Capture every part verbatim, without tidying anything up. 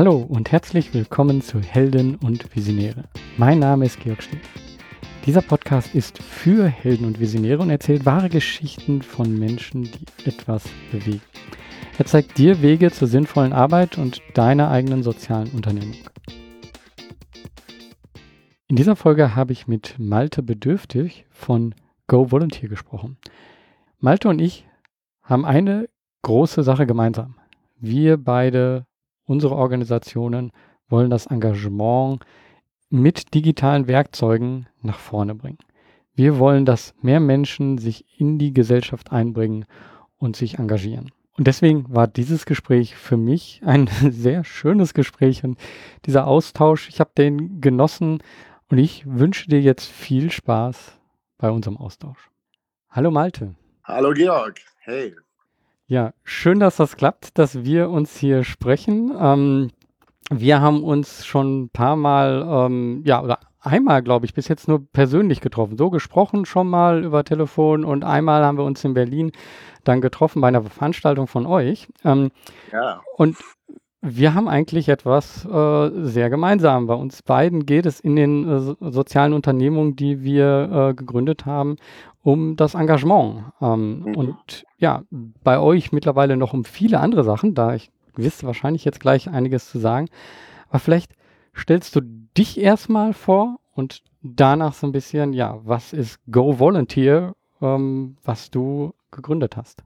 Hallo und herzlich willkommen zu Helden und Visionäre. Mein Name ist Georg Stieg. Dieser Podcast ist für Helden und Visionäre und erzählt wahre Geschichten von Menschen, die etwas bewegen. Er zeigt dir Wege zur sinnvollen Arbeit und deiner eigenen sozialen Unternehmung. In dieser Folge habe ich mit Malte Bedürftig von Go Volunteer gesprochen. Malte und ich haben eine große Sache gemeinsam. Wir beide, unsere Organisationen, wollen das Engagement mit digitalen Werkzeugen nach vorne bringen. Wir wollen, dass mehr Menschen sich in die Gesellschaft einbringen und sich engagieren. Und deswegen war dieses Gespräch für mich ein sehr schönes Gespräch und dieser Austausch, ich habe den genossen und ich wünsche dir jetzt viel Spaß bei unserem Austausch. Hallo Malte. Hallo Georg, hey. Ja, schön, dass das klappt, dass wir uns hier sprechen. Ähm, wir haben uns schon ein paar Mal, ähm, ja, oder einmal, glaube ich, bis jetzt nur persönlich getroffen. So gesprochen schon mal über Telefon und einmal haben wir uns in Berlin dann getroffen bei einer Veranstaltung von euch. Ähm, Ja. Und wir haben eigentlich etwas äh, sehr gemeinsam. Bei uns beiden geht es in den äh, so- sozialen Unternehmungen, die wir äh, gegründet haben, um das Engagement. Ähm, Mhm. und ja, bei euch mittlerweile noch um viele andere Sachen, da ich wisst wahrscheinlich jetzt gleich einiges zu sagen. Aber vielleicht stellst du dich erstmal vor und danach so ein bisschen, ja, was ist Go Volunteer, ähm, was du gegründet hast?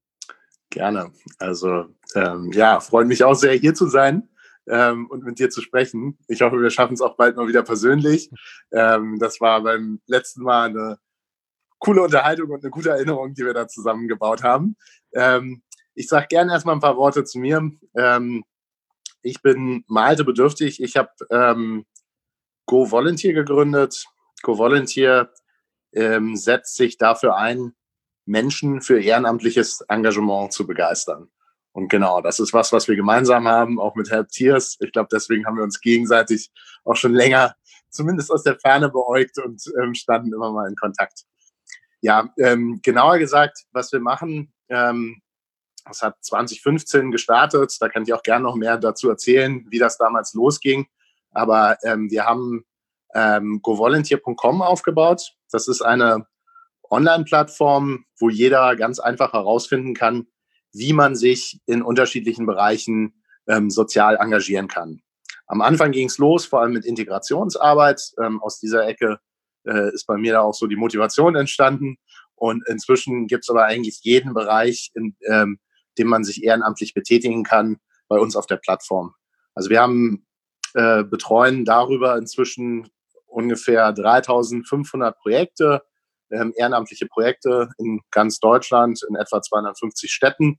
Gerne. Also ähm, ja, freut mich auch sehr, hier zu sein ähm, und mit dir zu sprechen. Ich hoffe, wir schaffen es auch bald mal wieder persönlich. Ähm, das war beim letzten Mal eine coole Unterhaltung und eine gute Erinnerung, die wir da zusammengebaut haben. Ähm, ich sage gerne erstmal ein paar Worte zu mir. Ähm, ich bin Malte Bedürftig. Ich habe ähm, Go Volunteer gegründet. Go Volunteer ähm, setzt sich dafür ein, Menschen für ehrenamtliches Engagement zu begeistern. Und genau, das ist was, was wir gemeinsam haben, auch mit Help Tiers. Ich glaube, deswegen haben wir uns gegenseitig auch schon länger, zumindest aus der Ferne beäugt und ähm, standen immer mal in Kontakt. Ja, ähm, genauer gesagt, was wir machen, ähm, das hat zwanzig fünfzehn gestartet. Da kann ich auch gerne noch mehr dazu erzählen, wie das damals losging. Aber ähm, wir haben ähm, go volunteer punkt com aufgebaut. Das ist eine Online-Plattform, wo jeder ganz einfach herausfinden kann, wie man sich in unterschiedlichen Bereichen ähm, sozial engagieren kann. Am Anfang ging es los, vor allem mit Integrationsarbeit. Ähm, aus dieser Ecke äh, ist bei mir da auch so die Motivation entstanden. Und inzwischen gibt es aber eigentlich jeden Bereich, in ähm, dem man sich ehrenamtlich betätigen kann, bei uns auf der Plattform. Also wir haben äh, betreuen darüber inzwischen ungefähr dreitausendfünfhundert Projekte, ähm, ehrenamtliche Projekte in ganz Deutschland, in etwa zweihundertfünfzig Städten.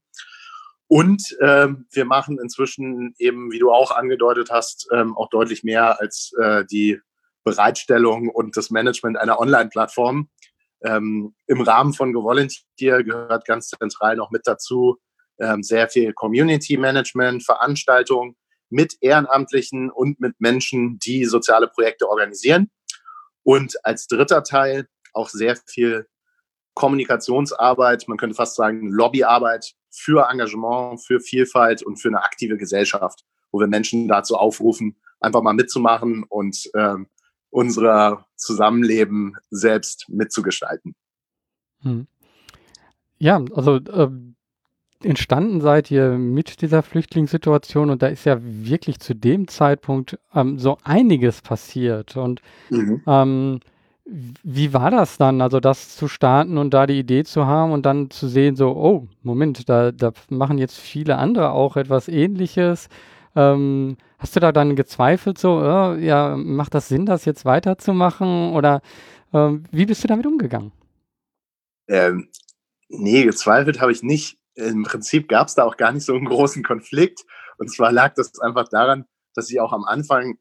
Und ähm, wir machen inzwischen eben, wie du auch angedeutet hast, ähm, auch deutlich mehr als äh, die Bereitstellung und das Management einer Online-Plattform. Ähm, Im Rahmen von GoVolunteer gehört ganz zentral noch mit dazu ähm, sehr viel Community Management, Veranstaltungen mit Ehrenamtlichen und mit Menschen, die soziale Projekte organisieren. Und als dritter Teil auch sehr viel Kommunikationsarbeit, man könnte fast sagen Lobbyarbeit für Engagement, für Vielfalt und für eine aktive Gesellschaft, wo wir Menschen dazu aufrufen, einfach mal mitzumachen und ähm, unser Zusammenleben selbst mitzugestalten. Hm. Ja, also ähm, entstanden seid ihr mit dieser Flüchtlingssituation und da ist ja wirklich zu dem Zeitpunkt ähm, so einiges passiert. Und Mhm. ähm, wie war das dann, also das zu starten und da die Idee zu haben und dann zu sehen, so, oh, Moment, da, da machen jetzt viele andere auch etwas Ähnliches. Ähm, hast du da dann gezweifelt, so, äh, ja, macht das Sinn, das jetzt weiterzumachen? Oder ähm, wie bist du damit umgegangen? Ähm, nee, gezweifelt habe ich nicht. Im Prinzip gab es da auch gar nicht so einen großen Konflikt. Und zwar lag das einfach daran, dass ich auch am Anfang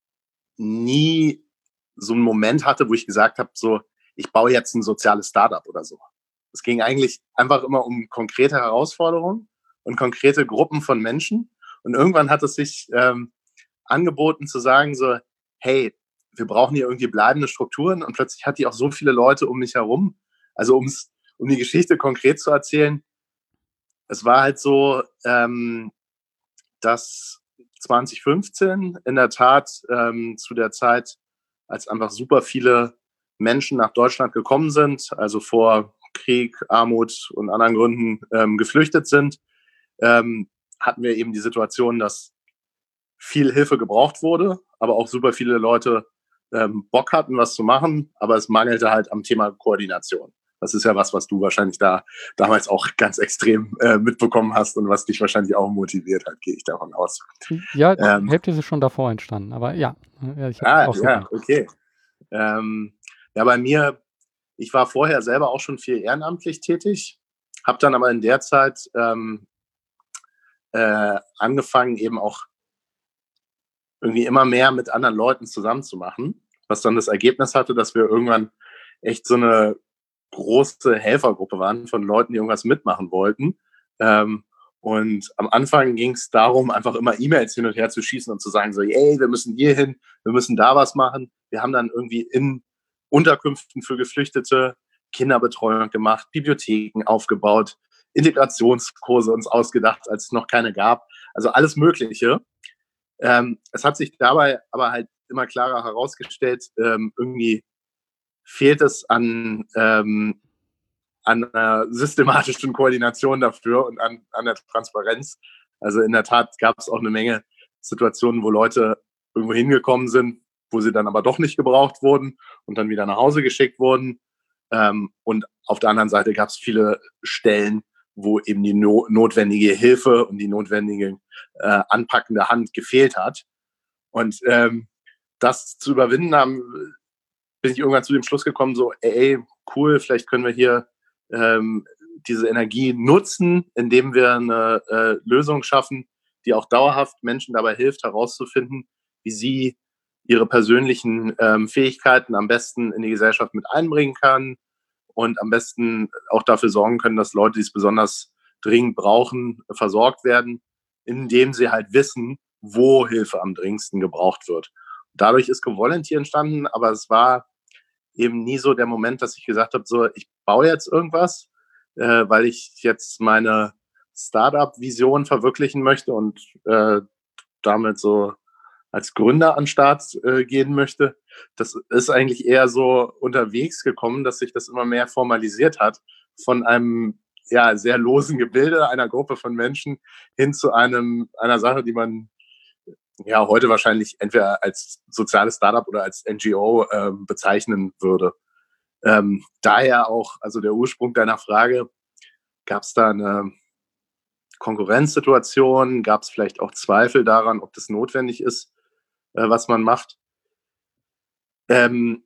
nie so einen Moment hatte, wo ich gesagt habe, so, ich baue jetzt ein soziales Startup oder so. Es ging eigentlich einfach immer um konkrete Herausforderungen und konkrete Gruppen von Menschen. Und irgendwann hat es sich ähm, angeboten zu sagen, so, hey, wir brauchen hier irgendwie bleibende Strukturen. Und plötzlich hatte ich auch so viele Leute um mich herum. Also um's, um die Geschichte konkret zu erzählen, es war halt so, ähm, dass zwanzig fünfzehn, in der Tat ähm, zu der Zeit, als einfach super viele Menschen nach Deutschland gekommen sind, also vor Krieg, Armut und anderen Gründen ähm, geflüchtet sind, ähm, hatten wir eben die Situation, dass viel Hilfe gebraucht wurde, aber auch super viele Leute ähm, Bock hatten, was zu machen, aber es mangelte halt am Thema Koordination. Das ist ja was, was du wahrscheinlich da damals auch ganz extrem äh, mitbekommen hast und was dich wahrscheinlich auch motiviert hat, gehe ich davon aus. Ja, die Ähm, Hälfte ist schon davor entstanden, aber ja, ja, ich habe ah, auch so ja, gemacht. okay. Ähm, ja, bei mir, ich war vorher selber auch schon viel ehrenamtlich tätig, habe dann aber in der Zeit ähm, äh, angefangen, eben auch irgendwie immer mehr mit anderen Leuten zusammenzumachen, was dann das Ergebnis hatte, dass wir irgendwann echt so eine große Helfergruppe waren von Leuten, die irgendwas mitmachen wollten. Ähm, und am Anfang ging es darum, einfach immer E-Mails hin und her zu schießen und zu sagen so, ey, wir müssen hier hin, wir müssen da was machen. Wir haben dann irgendwie in Unterkünften für Geflüchtete Kinderbetreuung gemacht, Bibliotheken aufgebaut, Integrationskurse uns ausgedacht, als es noch keine gab. Also alles Mögliche. Ähm, es hat sich dabei aber halt immer klarer herausgestellt, ähm, irgendwie fehlt es an, ähm, an einer systematischen Koordination dafür und an, an der Transparenz. Also in der Tat gab es auch eine Menge Situationen, wo Leute irgendwo hingekommen sind, wo sie dann aber doch nicht gebraucht wurden und dann wieder nach Hause geschickt wurden. Ähm, und auf der anderen Seite gab es viele Stellen, wo eben die no- notwendige Hilfe und die notwendige äh, anpackende Hand gefehlt hat. Und ähm, das zu überwinden haben, bin ich irgendwann zu dem Schluss gekommen, so, ey, cool, vielleicht können wir hier ähm, diese Energie nutzen, indem wir eine äh, Lösung schaffen, die auch dauerhaft Menschen dabei hilft, herauszufinden, wie sie ihre persönlichen ähm, Fähigkeiten am besten in die Gesellschaft mit einbringen kann und am besten auch dafür sorgen können, dass Leute, die es besonders dringend brauchen, versorgt werden, indem sie halt wissen, wo Hilfe am dringendsten gebraucht wird. Dadurch ist GoVolunteer entstanden, aber es war eben nie so der Moment, dass ich gesagt habe, so, ich baue jetzt irgendwas, äh, weil ich jetzt meine Startup-Vision verwirklichen möchte und äh, damit so als Gründer an den Start äh, gehen möchte. Das ist eigentlich eher so unterwegs gekommen, dass sich das immer mehr formalisiert hat von einem ja, sehr losen Gebilde einer Gruppe von Menschen hin zu einem, einer Sache, die man ja heute wahrscheinlich entweder als soziales Startup oder als N G O äh, bezeichnen würde. Ähm, daher auch, also der Ursprung deiner Frage, gab es da eine Konkurrenzsituation? Gab es vielleicht auch Zweifel daran, ob das notwendig ist, äh, was man macht? Ähm,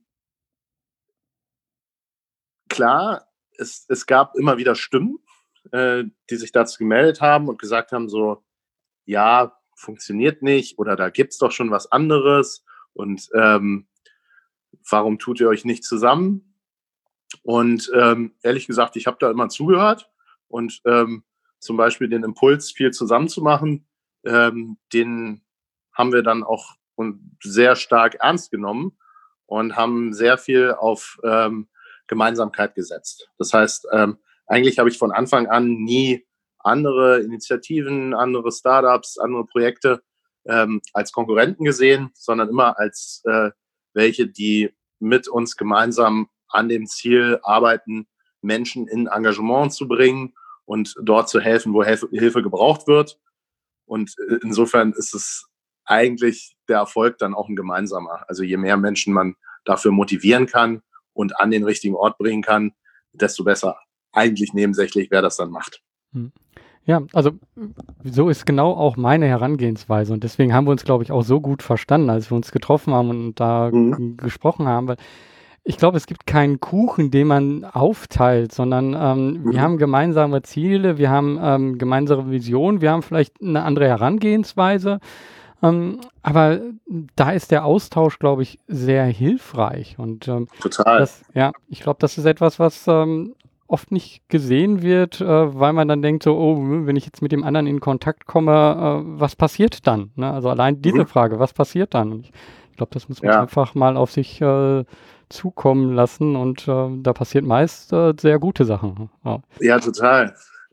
klar, es, es gab immer wieder Stimmen, äh, die sich dazu gemeldet haben und gesagt haben, so, ja, funktioniert nicht oder da gibt es doch schon was anderes und ähm, warum tut ihr euch nicht zusammen? Und ähm, ehrlich gesagt, ich habe da immer zugehört und ähm, zum Beispiel den Impuls, viel zusammenzumachen, ähm, den haben wir dann auch und sehr stark ernst genommen und haben sehr viel auf ähm, Gemeinsamkeit gesetzt. Das heißt, ähm, eigentlich habe ich von Anfang an nie andere Initiativen, andere Startups, andere Projekte ähm, als Konkurrenten gesehen, sondern immer als äh, welche, die mit uns gemeinsam an dem Ziel arbeiten, Menschen in Engagement zu bringen und dort zu helfen, wo Hilfe, Hilfe gebraucht wird. Und insofern ist es eigentlich der Erfolg dann auch ein gemeinsamer. Also je mehr Menschen man dafür motivieren kann und an den richtigen Ort bringen kann, desto besser eigentlich nebensächlich, wer das dann macht. Ja, also so ist genau auch meine Herangehensweise und deswegen haben wir uns, glaube ich, auch so gut verstanden, als wir uns getroffen haben und da Mhm. gesprochen haben, weil ich glaube, es gibt keinen Kuchen, den man aufteilt, sondern ähm, wir Mhm. haben gemeinsame Ziele, wir haben ähm, gemeinsame Visionen, wir haben vielleicht eine andere Herangehensweise, ähm, aber da ist der Austausch, glaube ich, sehr hilfreich und ähm, Total. das, ja, ich glaube, das ist etwas, was ähm, oft nicht gesehen wird, äh, weil man dann denkt so, oh, wenn ich jetzt mit dem anderen in Kontakt komme, äh, was passiert dann? Ne? Also allein diese Mhm. Frage, was passiert dann? Und ich, ich glaube, das muss man Ja. einfach mal auf sich äh, zukommen lassen und äh, da passiert meist äh, sehr gute Sachen. Ja. Ja, total.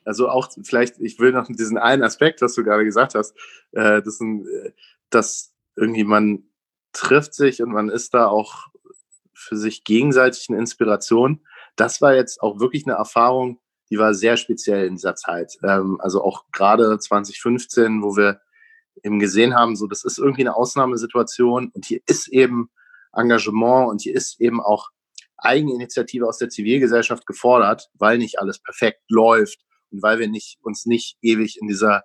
Also auch vielleicht, ich will noch diesen einen Aspekt, was du gerade gesagt hast, äh, das, ein, dass irgendwie man trifft sich und man ist da auch für sich gegenseitig eine Inspiration. Das war jetzt auch wirklich eine Erfahrung, die war sehr speziell in dieser Zeit. Ähm, also auch gerade zwanzig fünfzehn, wo wir eben gesehen haben, so das ist irgendwie eine Ausnahmesituation und hier ist eben Engagement und hier ist eben auch Eigeninitiative aus der Zivilgesellschaft gefordert, weil nicht alles perfekt läuft und weil wir nicht, uns nicht ewig in dieser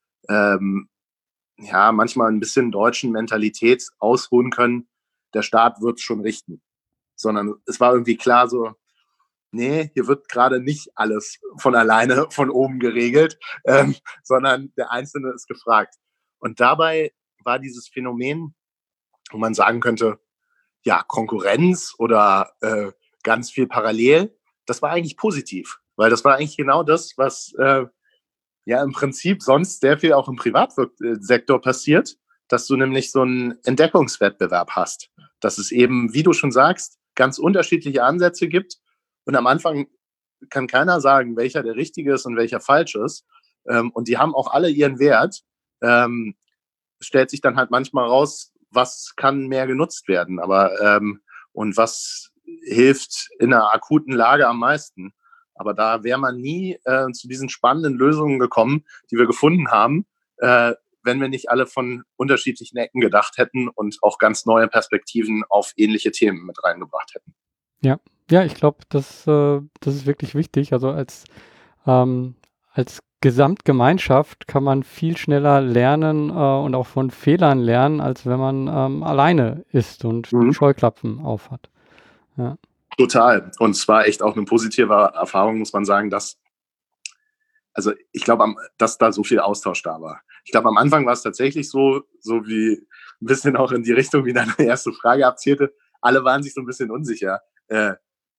ähm, ja, manchmal ein bisschen deutschen Mentalität ausruhen können, der Staat wird es schon richten. Sondern es war irgendwie klar so, nee, hier wird gerade nicht alles von alleine von oben geregelt, ähm, sondern der Einzelne ist gefragt. Und dabei war dieses Phänomen, wo man sagen könnte, ja, Konkurrenz oder äh, ganz viel parallel, das war eigentlich positiv, weil das war eigentlich genau das, was äh, ja im Prinzip sonst sehr viel auch im Privatsektor passiert, dass du nämlich so einen Entdeckungswettbewerb hast, dass es eben, wie du schon sagst, ganz unterschiedliche Ansätze gibt und am Anfang kann keiner sagen, welcher der richtige ist und welcher falsch ist, ähm, und die haben auch alle ihren Wert. Ähm, stellt sich dann halt manchmal raus, was kann mehr genutzt werden, aber ähm, und was hilft in einer akuten Lage am meisten. Aber da wäre man nie äh, zu diesen spannenden Lösungen gekommen, die wir gefunden haben, äh, wenn wir nicht alle von unterschiedlichen Ecken gedacht hätten und auch ganz neue Perspektiven auf ähnliche Themen mit reingebracht hätten. Ja, ja, ich glaube, das, äh, das ist wirklich wichtig. Also als, ähm, als Gesamtgemeinschaft kann man viel schneller lernen äh, und auch von Fehlern lernen, als wenn man ähm, alleine ist und die Mhm. Scheuklappen aufhat. Ja. Total. Und es war echt auch eine positive Erfahrung, muss man sagen, dass, also ich glaube, dass da so viel Austausch da war. Ich glaube, am Anfang war es tatsächlich so, so wie ein bisschen auch in die Richtung, wie deine erste Frage abzielte. Alle waren sich so ein bisschen unsicher. Äh,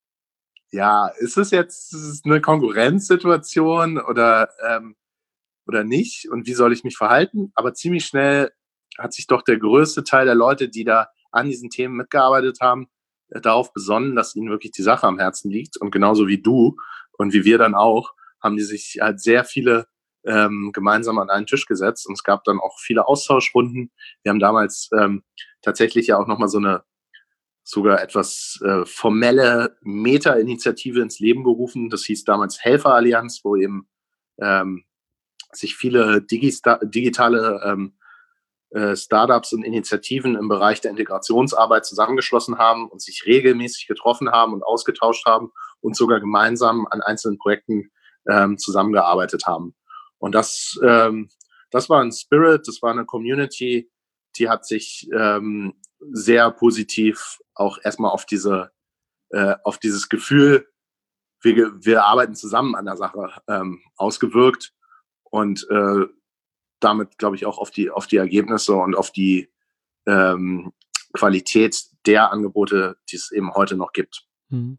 ja, ist es jetzt eine Konkurrenzsituation oder, ähm, oder nicht? Und wie soll ich mich verhalten? Aber ziemlich schnell hat sich doch der größte Teil der Leute, die da an diesen Themen mitgearbeitet haben, äh, darauf besonnen, dass ihnen wirklich die Sache am Herzen liegt. Und genauso wie du und wie wir dann auch, haben die sich halt sehr viele ähm, gemeinsam an einen Tisch gesetzt. Und es gab dann auch viele Austauschrunden. Wir haben damals ähm, tatsächlich ja auch nochmal so eine sogar etwas äh, formelle Meta-Initiative ins Leben gerufen. Das hieß damals Helferallianz, wo eben ähm, sich viele Digista- digitale ähm, äh, Startups und Initiativen im Bereich der Integrationsarbeit zusammengeschlossen haben und sich regelmäßig getroffen haben und ausgetauscht haben und sogar gemeinsam an einzelnen Projekten ähm, zusammengearbeitet haben. Und das, ähm, das war ein Spirit, das war eine Community, die hat sich ähm, sehr positiv auch erstmal auf diese, äh, auf dieses Gefühl, wir, wir arbeiten zusammen an der Sache ähm, ausgewirkt und äh, damit, glaube ich, auch auf die, auf die Ergebnisse und auf die ähm, Qualität der Angebote, die es eben heute noch gibt. Mhm.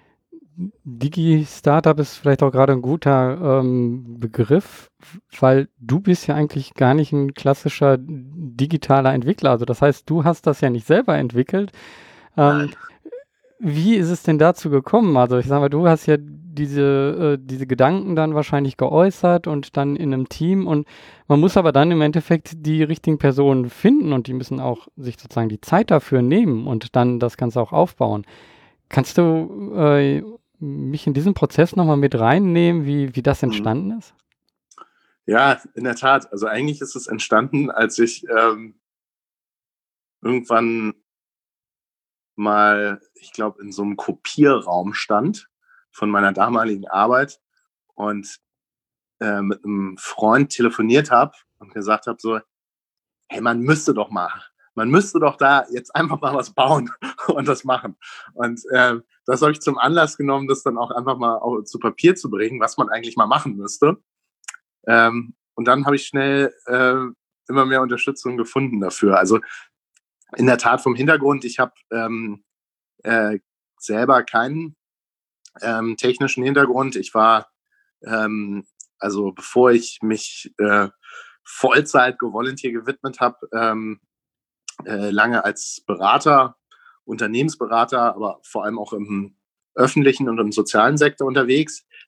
Digi-Startup ist vielleicht auch gerade ein guter ähm, Begriff, weil du bist ja eigentlich gar nicht ein klassischer digitaler Entwickler. Also das heißt, du hast das ja nicht selber entwickelt. Ähm, wie ist es denn dazu gekommen? Also ich sage mal, du hast ja diese, äh, diese Gedanken dann wahrscheinlich geäußert und dann in einem Team und man muss aber dann im Endeffekt die richtigen Personen finden und die müssen auch sich sozusagen die Zeit dafür nehmen und dann das Ganze auch aufbauen. Kannst du äh, mich in diesen Prozess nochmal mit reinnehmen, wie, wie das entstanden ist? Ja, in der Tat. Also eigentlich ist es entstanden, als ich ähm, irgendwann mal, ich glaube, in so einem Kopierraum stand von meiner damaligen Arbeit und äh, mit einem Freund telefoniert habe und gesagt habe so, hey, man müsste doch mal, man müsste doch da jetzt einfach mal was bauen und das machen. Und äh, das habe ich zum Anlass genommen, das dann auch einfach mal auch zu Papier zu bringen, was man eigentlich mal machen müsste. Ähm, und dann habe ich schnell äh, immer mehr Unterstützung gefunden dafür. Also in der Tat vom Hintergrund, ich habe ähm, äh, selber keinen ähm, technischen Hintergrund. Ich war, ähm, also bevor ich mich äh, Vollzeit Volunteer gewidmet habe, ähm, äh, lange als Berater, Unternehmensberater, aber vor allem auch im öffentlichen und im sozialen Sektor unterwegs.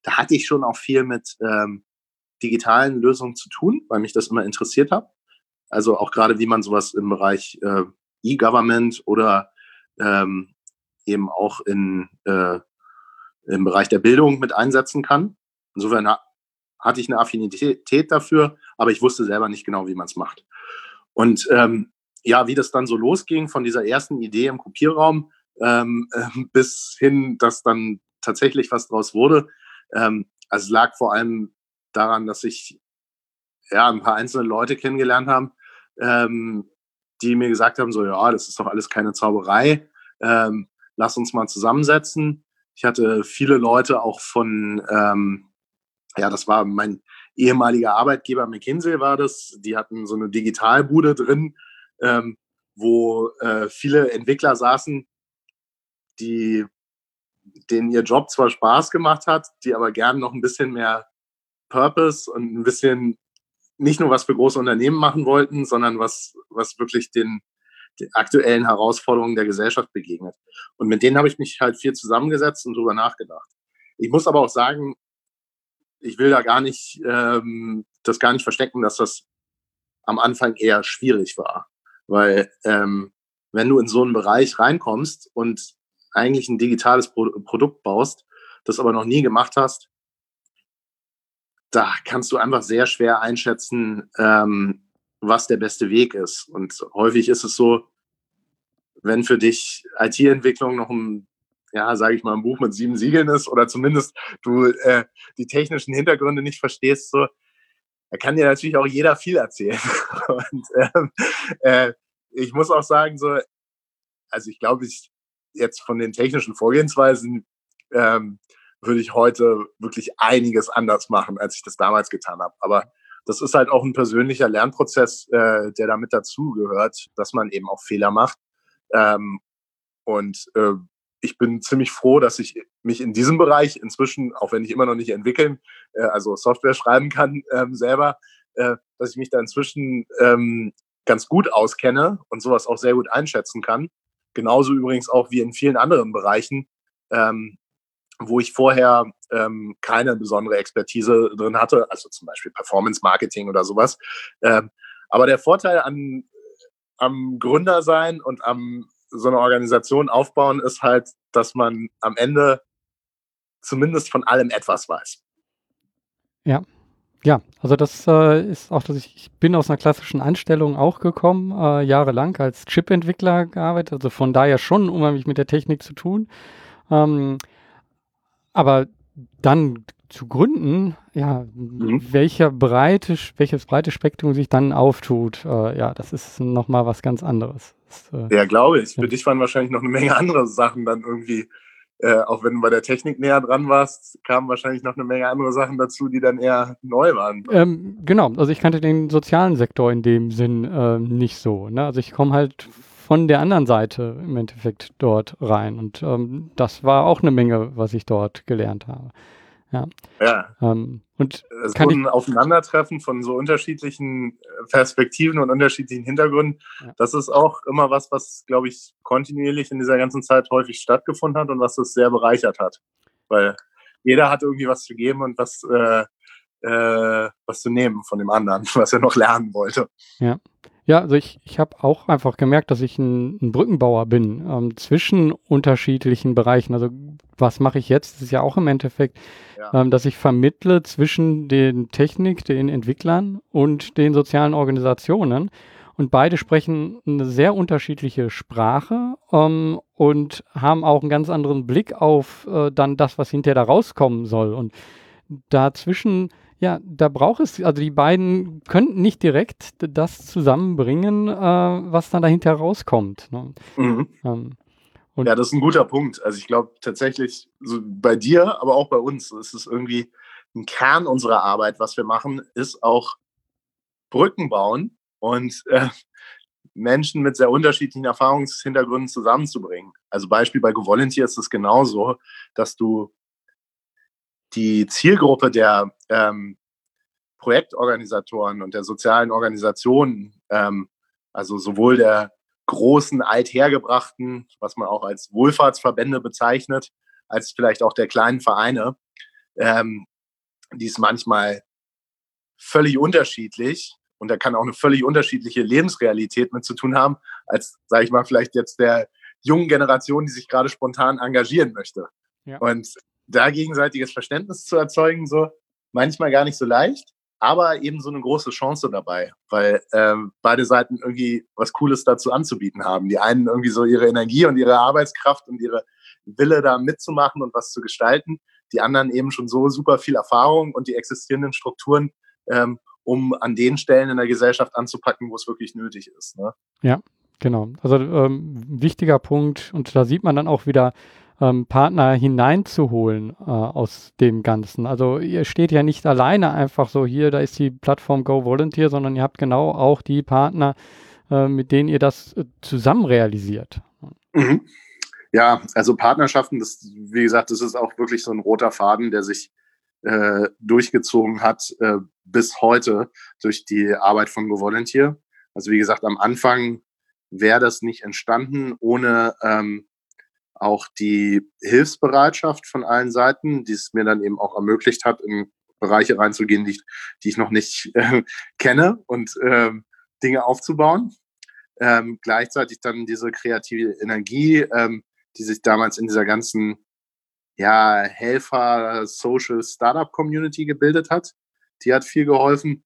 da hatte ich schon auch viel mit ähm, digitalen Lösungen zu tun, weil mich das immer interessiert hat. Also auch gerade, wie man sowas im Bereich äh, E-Government oder ähm, eben auch in, äh, im Bereich der Bildung mit einsetzen kann. Insofern ha- hatte ich eine Affinität dafür, aber ich wusste selber nicht genau, wie man es macht. Und ähm, ja, wie das dann so losging von dieser ersten Idee im Kopierraum ähm, äh, bis hin, dass dann tatsächlich was draus wurde. Ähm, also es lag vor allem daran, dass ich ja ein paar einzelne Leute kennengelernt habe, ähm, die mir gesagt haben, so ja, das ist doch alles keine Zauberei, ähm, lass uns mal zusammensetzen. Ich hatte viele Leute auch von, ähm, ja, das war mein ehemaliger Arbeitgeber, McKinsey war das, die hatten so eine Digitalbude drin, ähm, wo äh, viele Entwickler saßen, die, denen ihr Job zwar Spaß gemacht hat, die aber gern noch ein bisschen mehr Purpose und ein bisschen nicht nur was für große Unternehmen machen wollten, sondern was, was wirklich den, den aktuellen Herausforderungen der Gesellschaft begegnet. Und mit denen habe ich mich halt viel zusammengesetzt und drüber nachgedacht. Ich muss aber auch sagen, ich will da gar nicht ähm, das gar nicht verstecken, dass das am Anfang eher schwierig war. Weil ähm, wenn du in so einen Bereich reinkommst und eigentlich ein digitales Pro Produkt baust, das aber noch nie gemacht hast, da kannst du einfach sehr schwer einschätzen, ähm, was der beste Weg ist. Und häufig ist es so, wenn für dich I T-Entwicklung noch ein, ja, sage ich mal, ein Buch mit sieben Siegeln ist oder zumindest du äh, die technischen Hintergründe nicht verstehst, so, da kann dir natürlich auch jeder viel erzählen. Und ähm, äh, ich muss auch sagen, so, also ich glaube, ich jetzt von den technischen Vorgehensweisen ähm, würde ich heute wirklich einiges anders machen, als ich das damals getan habe. Aber das ist halt auch ein persönlicher Lernprozess, äh, der damit dazugehört, dass man eben auch Fehler macht. Ähm, und äh, ich bin ziemlich froh, dass ich mich in diesem Bereich inzwischen, auch wenn ich immer noch nicht entwickeln, äh, also Software schreiben kann ähm, selber, äh, dass ich mich da inzwischen ähm, ganz gut auskenne und sowas auch sehr gut einschätzen kann. Genauso übrigens auch wie in vielen anderen Bereichen, ähm, wo ich vorher ähm, keine besondere Expertise drin hatte, also zum Beispiel Performance Marketing oder sowas. Ähm, aber der Vorteil an, am Gründer sein und am so eine Organisation aufbauen ist halt, dass man am Ende zumindest von allem etwas weiß. Ja. Ja, also das äh, ist auch, dass ich, ich bin aus einer klassischen Anstellung auch gekommen, äh, jahrelang als Chip-Entwickler gearbeitet, also von daher schon unheimlich mit der Technik zu tun. Ähm, aber dann zu gründen, ja, Mhm. welcher breite, welches breite Spektrum sich dann auftut, äh, ja, das ist nochmal was ganz anderes. Das, äh, Ja, glaube ich. ja. Für dich waren wahrscheinlich noch eine Menge andere Sachen dann irgendwie, äh, auch wenn du bei der Technik näher dran warst, kamen wahrscheinlich noch eine Menge andere Sachen dazu, die dann eher neu waren. Ähm, genau, also ich kannte den sozialen Sektor in dem Sinn äh, nicht so. Ne? Also ich komme halt von der anderen Seite im Endeffekt dort rein und ähm, das war auch eine Menge, was ich dort gelernt habe. Ja, Ja, ähm, und so kann ich, ein Aufeinandertreffen von so unterschiedlichen Perspektiven und unterschiedlichen Hintergründen, ja. das ist auch immer was, was, glaube ich, kontinuierlich in dieser ganzen Zeit häufig stattgefunden hat und was das sehr bereichert hat. Weil jeder hat irgendwie was zu geben und was, äh, äh, was zu nehmen von dem anderen, was er noch lernen wollte. Ja. Ja, also ich, ich habe auch einfach gemerkt, dass ich ein, ein Brückenbauer bin ähm, zwischen unterschiedlichen Bereichen. Also was mache ich jetzt? Das ist ja auch im Endeffekt, Ja. ähm, dass ich vermittle zwischen den Technik, den Entwicklern und den sozialen Organisationen. Und beide sprechen eine sehr unterschiedliche Sprache ähm, und haben auch einen ganz anderen Blick auf äh, dann das, was hinterher da rauskommen soll. Und dazwischen, ja, da braucht es, also die beiden könnten nicht direkt das zusammenbringen, äh, was dann dahinter rauskommt. Ne? Mhm. Ähm, und Ja, das ist ein guter Punkt. Also ich glaube tatsächlich, so bei dir, aber auch bei uns, ist es irgendwie ein Kern unserer Arbeit, was wir machen, ist auch Brücken bauen und äh, Menschen mit sehr unterschiedlichen Erfahrungshintergründen zusammenzubringen. Also Beispiel bei GoVolunteer ist es genauso, dass du die Zielgruppe der ähm, Projektorganisatoren und der sozialen Organisationen, ähm, also sowohl der großen, althergebrachten, was man auch als Wohlfahrtsverbände bezeichnet, als vielleicht auch der kleinen Vereine, ähm, die ist manchmal völlig unterschiedlich und da kann auch eine völlig unterschiedliche Lebensrealität mit zu tun haben, als, sage ich mal, vielleicht jetzt der jungen Generation, die sich gerade spontan engagieren möchte. Ja. Und da gegenseitiges Verständnis zu erzeugen, so manchmal gar nicht so leicht, aber eben so eine große Chance dabei, weil ähm, beide Seiten irgendwie was Cooles dazu anzubieten haben. Die einen irgendwie so ihre Energie und ihre Arbeitskraft und ihre Wille da mitzumachen und was zu gestalten, die anderen eben schon so super viel Erfahrung und die existierenden Strukturen, ähm, um an den Stellen in der Gesellschaft anzupacken, wo es wirklich nötig ist. Ne? Ja, genau. Also ähm, wichtiger Punkt und da sieht man dann auch wieder ähm, Partner hineinzuholen äh, aus dem Ganzen. Also ihr steht ja nicht alleine einfach so hier, da ist die Plattform Go Volunteer, sondern ihr habt genau auch die Partner, äh, mit denen ihr das äh, zusammen realisiert. Mhm. Ja, also Partnerschaften, das, wie gesagt, das ist auch wirklich so ein roter Faden, der sich äh, durchgezogen hat äh, bis heute durch die Arbeit von Go Volunteer. Also wie gesagt, am Anfang wäre das nicht entstanden ohne ähm, auch die Hilfsbereitschaft von allen Seiten, die es mir dann eben auch ermöglicht hat, in Bereiche reinzugehen, die ich, die ich noch nicht äh, kenne und äh, Dinge aufzubauen. Ähm, gleichzeitig dann diese kreative Energie, ähm, die sich damals in dieser ganzen ja, Helfer Social Startup Community gebildet hat. Die hat viel geholfen.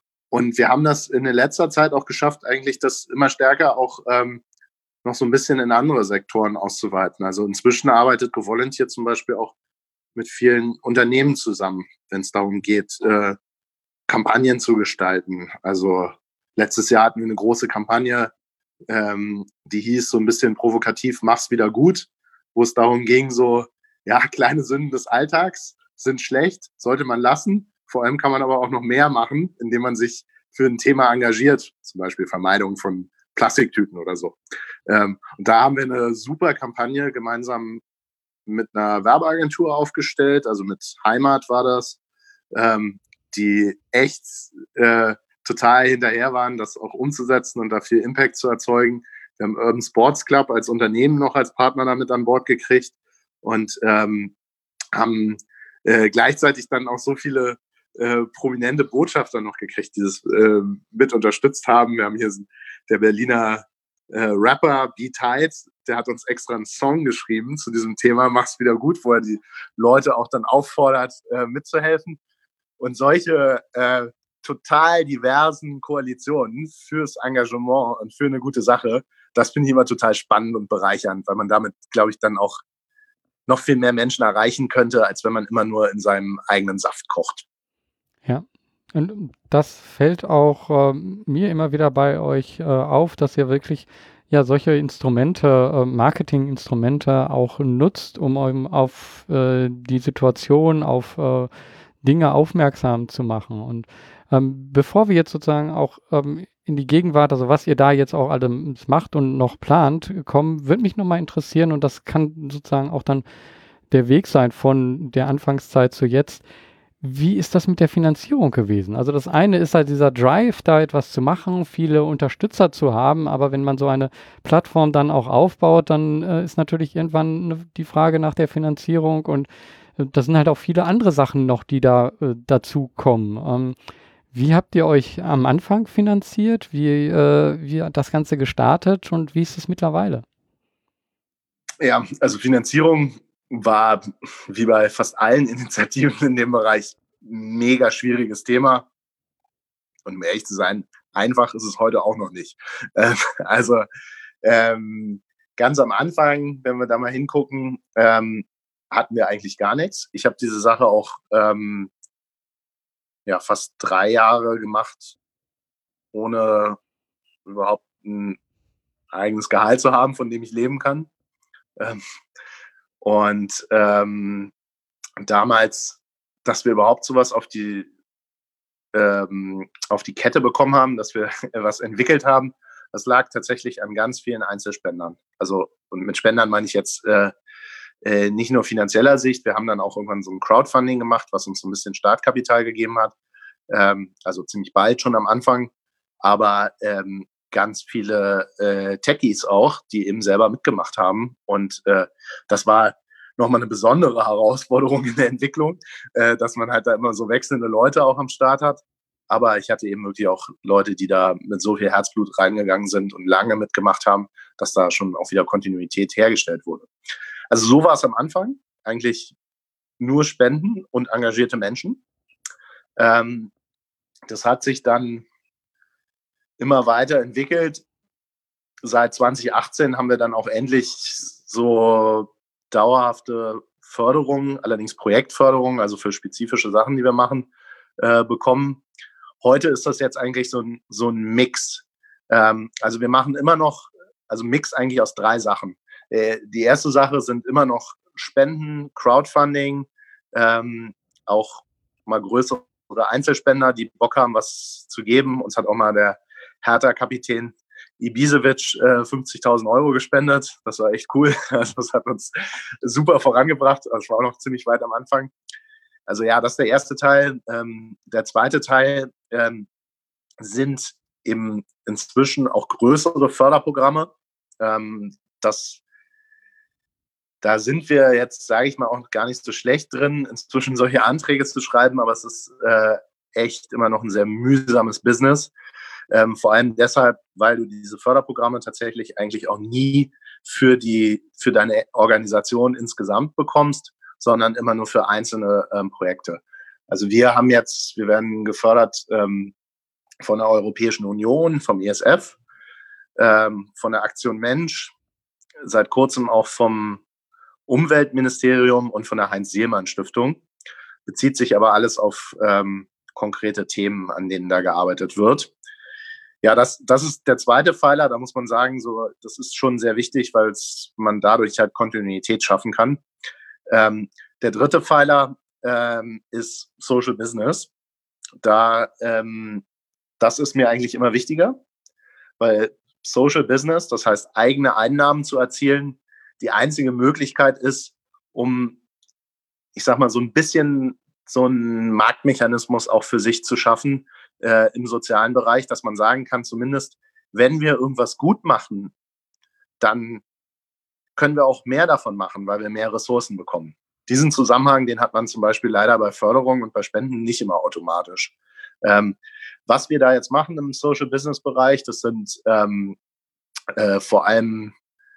Und wir haben das in letzter Zeit auch geschafft, eigentlich das immer stärker auch ähm, noch so ein bisschen in andere Sektoren auszuweiten. Also inzwischen arbeitet GoVolunteer zum Beispiel auch mit vielen Unternehmen zusammen, wenn es darum geht, äh, Kampagnen zu gestalten. Also letztes Jahr hatten wir eine große Kampagne, ähm, die hieß so ein bisschen provokativ, mach's wieder gut, wo es darum ging, so, ja, kleine Sünden des Alltags sind schlecht, sollte man lassen. Vor allem kann man aber auch noch mehr machen, indem man sich für ein Thema engagiert, zum Beispiel Vermeidung von Plastiktüten oder so. Ähm, und da haben wir eine super Kampagne gemeinsam mit einer Werbeagentur aufgestellt, also mit Heimat war das, ähm, die echt äh, total hinterher waren, das auch umzusetzen und da viel Impact zu erzeugen. Wir haben Urban Sports Club als Unternehmen noch als Partner damit an Bord gekriegt und ähm, haben äh, gleichzeitig dann auch so viele äh, prominente Botschafter noch gekriegt, die das äh, mit unterstützt haben. Wir haben hier der Berliner äh, Rapper B-Tide, der hat uns extra einen Song geschrieben zu diesem Thema, mach's wieder gut, wo er die Leute auch dann auffordert, äh, mitzuhelfen. Und solche äh, total diversen Koalitionen fürs Engagement und für eine gute Sache, das finde ich immer total spannend und bereichernd, weil man damit, glaube ich, dann auch noch viel mehr Menschen erreichen könnte, als wenn man immer nur in seinem eigenen Saft kocht. Ja. Und das fällt auch ähm, mir immer wieder bei euch äh, auf, dass ihr wirklich ja solche Instrumente, äh, Marketinginstrumente auch nutzt, um um auf äh, die Situation, auf äh, Dinge aufmerksam zu machen. Und ähm, bevor wir jetzt sozusagen auch ähm, in die Gegenwart, also was ihr da jetzt auch alles macht und noch plant, kommen, würde mich nochmal interessieren und das kann sozusagen auch dann der Weg sein von der Anfangszeit zu jetzt. Wie ist das mit der Finanzierung gewesen? Also das eine ist halt dieser Drive, da etwas zu machen, viele Unterstützer zu haben, aber wenn man so eine Plattform dann auch aufbaut, dann äh, ist natürlich irgendwann ne, die Frage nach der Finanzierung und äh, das sind halt auch viele andere Sachen noch, die da äh, dazu kommen. Ähm, wie habt ihr euch am Anfang finanziert? Wie, äh, wie hat das Ganze gestartet und wie ist es mittlerweile? Ja, also Finanzierung war wie bei fast allen Initiativen in dem Bereich ein mega schwieriges Thema. Und um ehrlich zu sein, einfach ist es heute auch noch nicht. Ähm, also ähm, ganz am Anfang, wenn wir da mal hingucken, ähm, hatten wir eigentlich gar nichts. Ich habe diese Sache auch ähm, ja, fast drei Jahre gemacht, ohne überhaupt ein eigenes Gehalt zu haben, von dem ich leben kann. Ähm, und ähm, damals, dass wir überhaupt sowas auf die, ähm, auf die Kette bekommen haben, dass wir was entwickelt haben, das lag tatsächlich an ganz vielen Einzelspendern. Also, und mit Spendern meine ich jetzt äh, äh, nicht nur finanzieller Sicht. Wir haben dann auch irgendwann so ein Crowdfunding gemacht, was uns so ein bisschen Startkapital gegeben hat. Ähm, also ziemlich bald schon am Anfang. Aber ähm, ganz viele äh, Techies auch, die eben selber mitgemacht haben. Und äh, das war nochmal eine besondere Herausforderung in der Entwicklung, äh, dass man halt da immer so wechselnde Leute auch am Start hat. Aber ich hatte eben wirklich auch Leute, die da mit so viel Herzblut reingegangen sind und lange mitgemacht haben, dass da schon auch wieder Kontinuität hergestellt wurde. Also so war es am Anfang. Eigentlich nur Spenden und engagierte Menschen. Ähm, das hat sich dann immer weiter entwickelt. Seit zwanzig achtzehn haben wir dann auch endlich so dauerhafte Förderung, allerdings Projektförderung, also für spezifische Sachen, die wir machen, äh, bekommen. Heute ist das jetzt eigentlich so ein, so ein Mix. Ähm, also wir machen immer noch, also Mix eigentlich aus drei Sachen. Äh, die erste Sache sind immer noch Spenden, Crowdfunding, ähm, auch mal größere Einzelspender, die Bock haben, was zu geben. Uns hat auch mal der Hertha-Kapitän Ibisevic äh, fünfzigtausend Euro gespendet. Das war echt cool. Also das hat uns super vorangebracht. Das war auch noch ziemlich weit am Anfang. Also ja, das ist der erste Teil. Ähm, der zweite Teil ähm, sind eben inzwischen auch größere Förderprogramme. Ähm, das, da sind wir jetzt, sage ich mal, auch gar nicht so schlecht drin, inzwischen solche Anträge zu schreiben, aber es ist äh, echt immer noch ein sehr mühsames Business. Ähm, vor allem deshalb, weil du diese Förderprogramme tatsächlich eigentlich auch nie für die, für deine Organisation insgesamt bekommst, sondern immer nur für einzelne ähm, Projekte. Also wir haben jetzt, wir werden gefördert ähm, von der Europäischen Union, vom E S F, ähm, von der Aktion Mensch, seit kurzem auch vom Umweltministerium und von der Heinz-Sielmann-Stiftung. Bezieht sich aber alles auf ähm, konkrete Themen, an denen da gearbeitet wird. Ja, das, das ist der zweite Pfeiler. Da muss man sagen, so, das ist schon sehr wichtig, weil man dadurch halt Kontinuität schaffen kann. Ähm, der dritte Pfeiler ähm, ist Social Business. Da, ähm, das ist mir eigentlich immer wichtiger, weil Social Business, das heißt eigene Einnahmen zu erzielen, die einzige Möglichkeit ist, um, ich sag mal, so ein bisschen so einen Marktmechanismus auch für sich zu schaffen äh, im sozialen Bereich, dass man sagen kann, zumindest, wenn wir irgendwas gut machen, dann können wir auch mehr davon machen, weil wir mehr Ressourcen bekommen. Diesen Zusammenhang, den hat man zum Beispiel leider bei Förderung und bei Spenden nicht immer automatisch. Ähm, was wir da jetzt machen im Social-Business-Bereich, das sind ähm, äh, vor allem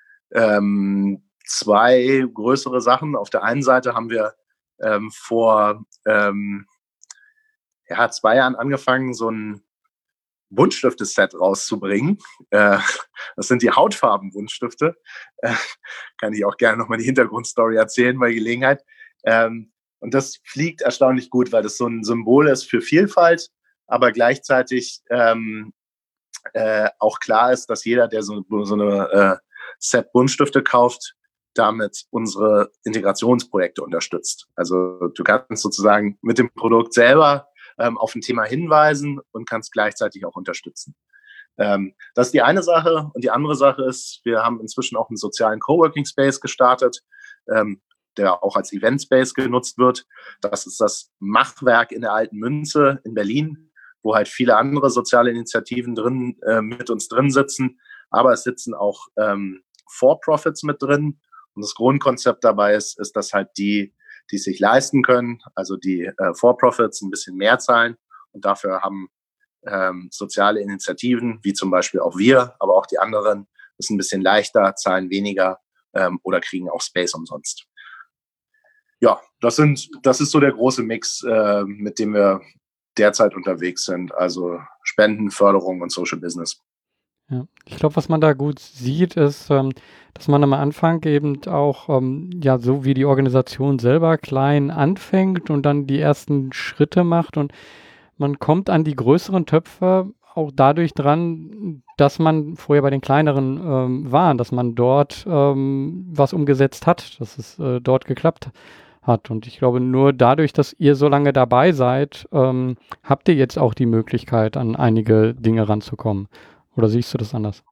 ähm, zwei größere Sachen. Auf der einen Seite haben wir ähm, vor ähm, ja, zwei Jahren angefangen, so ein Buntstifte-Set rauszubringen. Äh, das sind die Hautfarben-Buntstifte. Äh, kann ich auch gerne nochmal die Hintergrundstory erzählen bei Gelegenheit. Ähm, und das fliegt erstaunlich gut, weil das so ein Symbol ist für Vielfalt, aber gleichzeitig ähm, äh, auch klar ist, dass jeder, der so, so eine äh, Set Buntstifte kauft, damit unsere Integrationsprojekte unterstützt. Also du kannst sozusagen mit dem Produkt selber ähm, auf ein Thema hinweisen und kannst gleichzeitig auch unterstützen. Ähm, das ist die eine Sache. Und die andere Sache ist, wir haben inzwischen auch einen sozialen Coworking Space gestartet, ähm, der auch als Event Space genutzt wird. Das ist das Machwerk in der Alten Münze in Berlin, wo halt viele andere soziale Initiativen drin äh, mit uns drin sitzen. Aber es sitzen auch ähm, For-Profits mit drin. Und das Grundkonzept dabei ist, ist, dass halt die, die es sich leisten können, also die äh, For-Profits ein bisschen mehr zahlen. Und dafür haben ähm, soziale Initiativen, wie zum Beispiel auch wir, aber auch die anderen, ist ein bisschen leichter, zahlen weniger ähm, oder kriegen auch Space umsonst. Ja, das sind, das ist so der große Mix, äh, mit dem wir derzeit unterwegs sind. Also Spenden, Förderung und Social Business. Ja, ich glaube, was man da gut sieht, ist, ähm, dass man am Anfang eben auch, ähm, ja, so wie die Organisation selber klein anfängt und dann die ersten Schritte macht und man kommt an die größeren Töpfe auch dadurch dran, dass man vorher bei den kleineren ähm, war, dass man dort ähm, was umgesetzt hat, dass es äh, dort geklappt hat. Und ich glaube, nur dadurch, dass ihr so lange dabei seid, ähm, habt ihr jetzt auch die Möglichkeit, an einige Dinge ranzukommen. Oder siehst du das anders?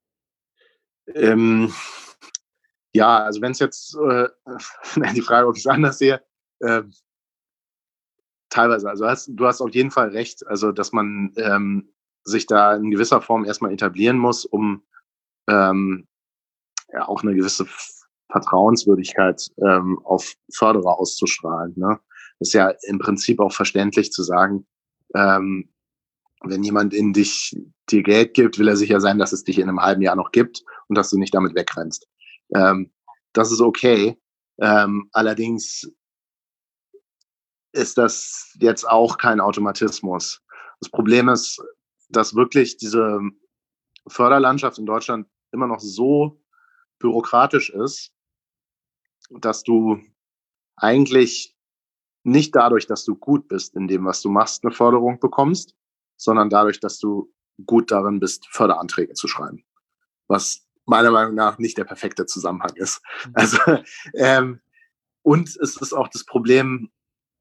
Ähm, ja, also wenn es jetzt, äh, die Frage, ob ich es anders sehe, äh, teilweise. Also hast, du hast auf jeden Fall recht, also dass man ähm, sich da in gewisser Form erstmal etablieren muss, um ähm, ja auch eine gewisse Vertrauenswürdigkeit ähm, auf Förderer auszustrahlen. Ne? Das ist ja im Prinzip auch verständlich zu sagen, ähm, wenn jemand in dich dir Geld gibt, will er sicher sein, dass es dich in einem halben Jahr noch gibt und dass du nicht damit wegrennst. Ähm, das ist okay. Ähm, allerdings ist das jetzt auch kein Automatismus. Das Problem ist, dass wirklich diese Förderlandschaft in Deutschland immer noch so bürokratisch ist, dass du eigentlich nicht dadurch, dass du gut bist in dem, was du machst, eine Förderung bekommst, sondern dadurch, dass du gut darin bist, Förderanträge zu schreiben. Was meiner Meinung nach nicht der perfekte Zusammenhang ist. Also, ähm, und es ist auch das Problem,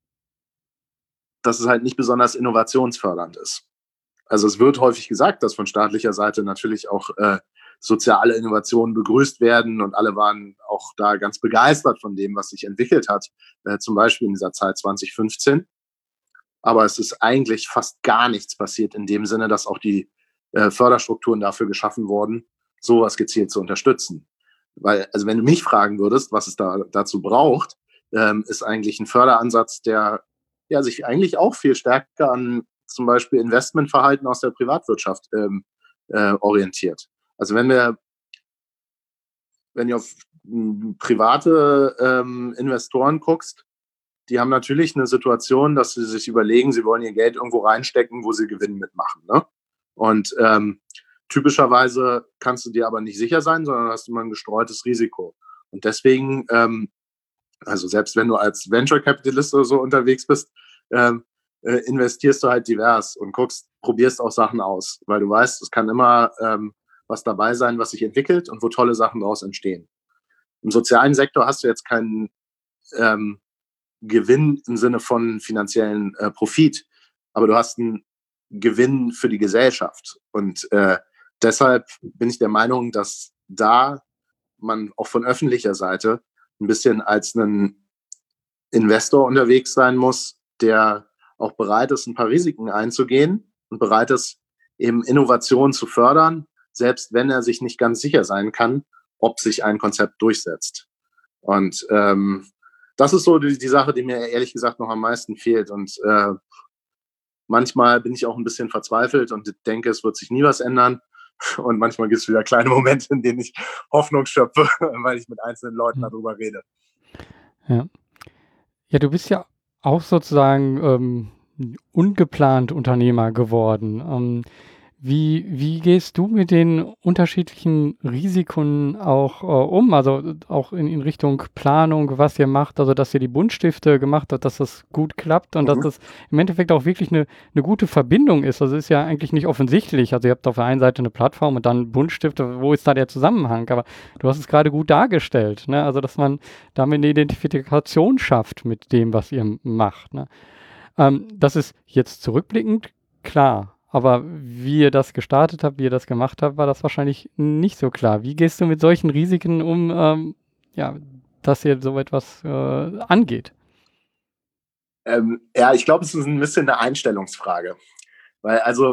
dass es halt nicht besonders innovationsfördernd ist. Also es wird häufig gesagt, dass von staatlicher Seite natürlich auch äh, soziale Innovationen begrüßt werden und alle waren auch da ganz begeistert von dem, was sich entwickelt hat, äh, zum Beispiel in dieser Zeit zwanzig fünfzehn. Aber es ist eigentlich fast gar nichts passiert in dem Sinne, dass auch die äh, Förderstrukturen dafür geschaffen wurden, sowas gezielt zu unterstützen. Weil, also wenn du mich fragen würdest, was es da dazu braucht, ähm, ist eigentlich ein Förderansatz, der ja sich eigentlich auch viel stärker an zum Beispiel Investmentverhalten aus der Privatwirtschaft ähm, äh, orientiert. Also wenn wir, wenn du auf m, private ähm, Investoren guckst, die haben natürlich eine Situation, dass sie sich überlegen, sie wollen ihr Geld irgendwo reinstecken, wo sie Gewinn mitmachen. Ne? Und ähm, typischerweise kannst du dir aber nicht sicher sein, sondern hast immer ein gestreutes Risiko. Und deswegen, ähm, also selbst wenn du als Venture Capitalist oder so unterwegs bist, ähm, äh, investierst du halt divers und guckst, probierst auch Sachen aus, weil du weißt, es kann immer ähm, was dabei sein, was sich entwickelt und wo tolle Sachen daraus entstehen. Im sozialen Sektor hast du jetzt keinen ähm, Gewinn im Sinne von finanziellen äh, Profit, aber du hast einen Gewinn für die Gesellschaft. Und äh, deshalb bin ich der Meinung, dass da man auch von öffentlicher Seite ein bisschen als ein Investor unterwegs sein muss, der auch bereit ist, ein paar Risiken einzugehen und bereit ist, eben Innovationen zu fördern, selbst wenn er sich nicht ganz sicher sein kann, ob sich ein Konzept durchsetzt. Und ähm, das ist so die, die Sache, die mir ehrlich gesagt noch am meisten fehlt. Und äh, manchmal bin ich auch ein bisschen verzweifelt und denke, es wird sich nie was ändern. Und manchmal gibt es wieder kleine Momente, in denen ich Hoffnung schöpfe, weil ich mit einzelnen Leuten darüber rede. Ja. Ja, du bist ja auch sozusagen ähm, ungeplant Unternehmer geworden. Ähm, wie, wie gehst du mit den unterschiedlichen Risiken auch äh, um? Also auch in, in Richtung Planung, was ihr macht, also dass ihr die Buntstifte gemacht habt, dass das gut klappt und Mhm. dass das im Endeffekt auch wirklich eine, eine gute Verbindung ist. Also ist ja eigentlich nicht offensichtlich. Also ihr habt auf der einen Seite eine Plattform und dann Buntstifte, wo ist da der Zusammenhang? Aber du hast es gerade gut dargestellt, ne? Also dass man damit eine Identifikation schafft mit dem, was ihr macht. Ne? Ähm, das ist jetzt zurückblickend klar. Aber wie ihr das gestartet habt, wie ihr das gemacht habt, war das wahrscheinlich nicht so klar. Wie gehst du mit solchen Risiken um, ähm, ja, dass ihr so etwas äh, angeht? Ähm, ja, ich glaube, es ist ein bisschen eine Einstellungsfrage. Weil, also,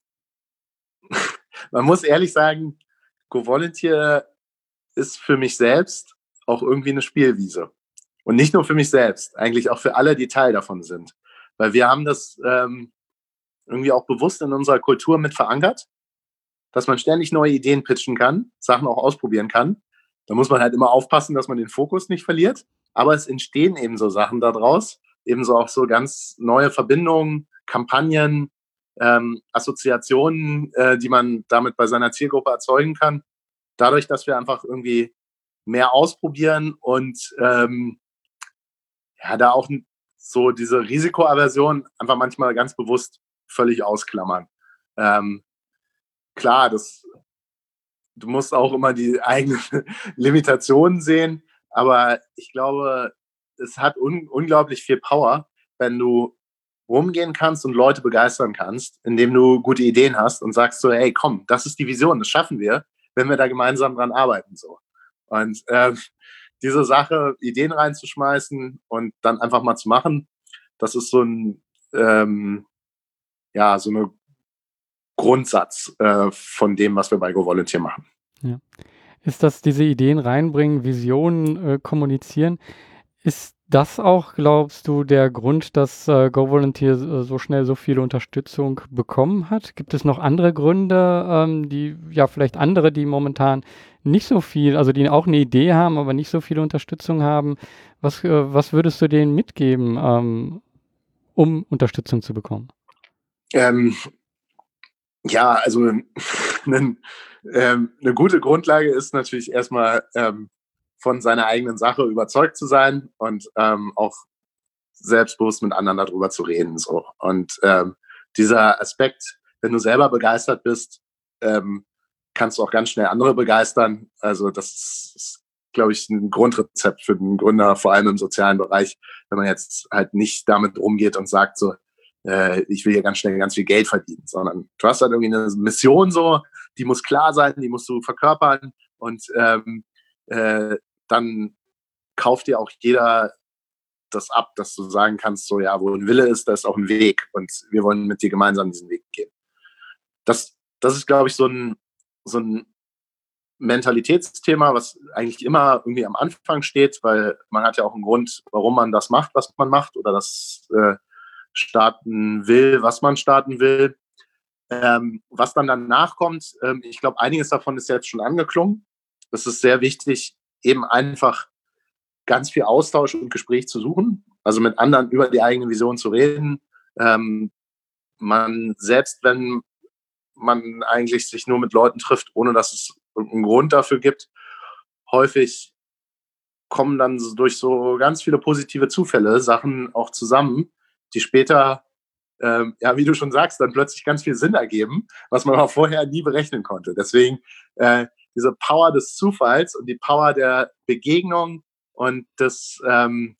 man muss ehrlich sagen, GoVolunteer ist für mich selbst auch irgendwie eine Spielwiese. Und nicht nur für mich selbst, eigentlich auch für alle, die Teil davon sind. Weil wir haben das ähm, irgendwie auch bewusst in unserer Kultur mit verankert, dass man ständig neue Ideen pitchen kann, Sachen auch ausprobieren kann. Da muss man halt immer aufpassen, dass man den Fokus nicht verliert. Aber es entstehen eben so Sachen daraus, ebenso auch so ganz neue Verbindungen, Kampagnen, ähm, Assoziationen, äh, die man damit bei seiner Zielgruppe erzeugen kann. Dadurch, dass wir einfach irgendwie mehr ausprobieren und ähm, ja, da auch so diese Risikoaversion einfach manchmal ganz bewusst völlig ausklammern. Ähm, klar, das, du musst auch immer die eigenen Limitationen sehen, aber ich glaube, es hat un unglaublich viel Power, wenn du rumgehen kannst und Leute begeistern kannst, indem du gute Ideen hast und sagst so, hey, komm, das ist die Vision, das schaffen wir, wenn wir da gemeinsam dran arbeiten. So. Und äh, diese Sache, Ideen reinzuschmeißen und dann einfach mal zu machen, das ist so ein, ähm, ja, so eine Grundsatz äh, von dem, was wir bei GoVolunteer machen. Ja. ist das diese Ideen reinbringen, Visionen äh, kommunizieren. Ist das auch, glaubst du, der Grund, dass äh, GoVolunteer äh, so schnell so viel Unterstützung bekommen hat? Gibt es noch andere Gründe, ähm, die, ja, vielleicht andere, die momentan nicht so viel, also die auch eine Idee haben, aber nicht so viel Unterstützung haben? Was, äh, was würdest du denen mitgeben, ähm, um Unterstützung zu bekommen? Ähm, ja, also eine ähm, ne gute Grundlage ist natürlich erstmal ähm, von seiner eigenen Sache überzeugt zu sein und ähm, auch selbstbewusst mit anderen darüber zu reden. So. Und ähm, dieser Aspekt, wenn du selber begeistert bist, ähm, kannst du auch ganz schnell andere begeistern. Also das ist, ist glaube ich, ein Grundrezept für den Gründer, vor allem im sozialen Bereich, wenn man jetzt halt nicht damit umgeht und sagt so, äh, ich will hier ganz schnell ganz viel Geld verdienen, sondern du hast halt irgendwie eine Mission so, die muss klar sein, die musst du verkörpern und ähm, äh, dann kauft dir auch jeder das ab, dass du sagen kannst, so ja, wo ein Wille ist, da ist auch ein Weg und wir wollen mit dir gemeinsam diesen Weg gehen. Das, das ist, glaube ich, so ein, so ein Mentalitätsthema, was eigentlich immer irgendwie am Anfang steht, weil man hat ja auch einen Grund, warum man das macht, was man macht oder das äh, starten will, was man starten will. Ähm, was dann danach kommt, ähm, ich glaube, einiges davon ist jetzt schon angeklungen. Das ist sehr wichtig, eben einfach ganz viel Austausch und Gespräch zu suchen, also mit anderen über die eigene Vision zu reden. Ähm, man, selbst wenn man eigentlich sich nur mit Leuten trifft, ohne dass es einen Grund dafür gibt, häufig kommen dann durch so ganz viele positive Zufälle Sachen auch zusammen, die später, ähm, ja, wie du schon sagst, dann plötzlich ganz viel Sinn ergeben, was man auch vorher nie berechnen konnte. Deswegen äh, diese Power des Zufalls und die Power der Begegnung und des ähm,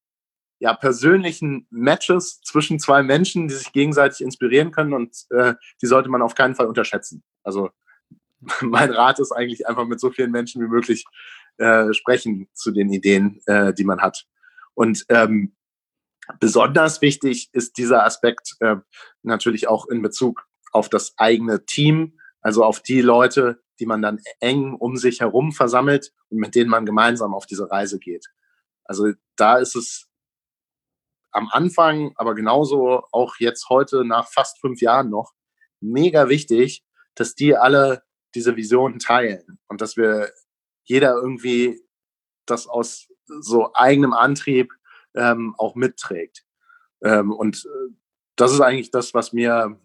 ja, persönlichen Matches zwischen zwei Menschen, die sich gegenseitig inspirieren können und äh, die sollte man auf keinen Fall unterschätzen. Also mein Rat ist eigentlich einfach mit so vielen Menschen wie möglich äh, sprechen zu den Ideen, äh, die man hat. Und ähm, besonders wichtig ist dieser Aspekt äh, natürlich auch in Bezug auf das eigene Team, also auf die Leute, die man dann eng um sich herum versammelt und mit denen man gemeinsam auf diese Reise geht. Also da ist es am Anfang, aber genauso auch jetzt heute nach fast fünf Jahren noch, mega wichtig, dass die alle diese Vision teilen und dass wir jeder irgendwie das aus so eigenem Antrieb ähm, auch mitträgt. Ähm, und äh, das ist eigentlich das, was mir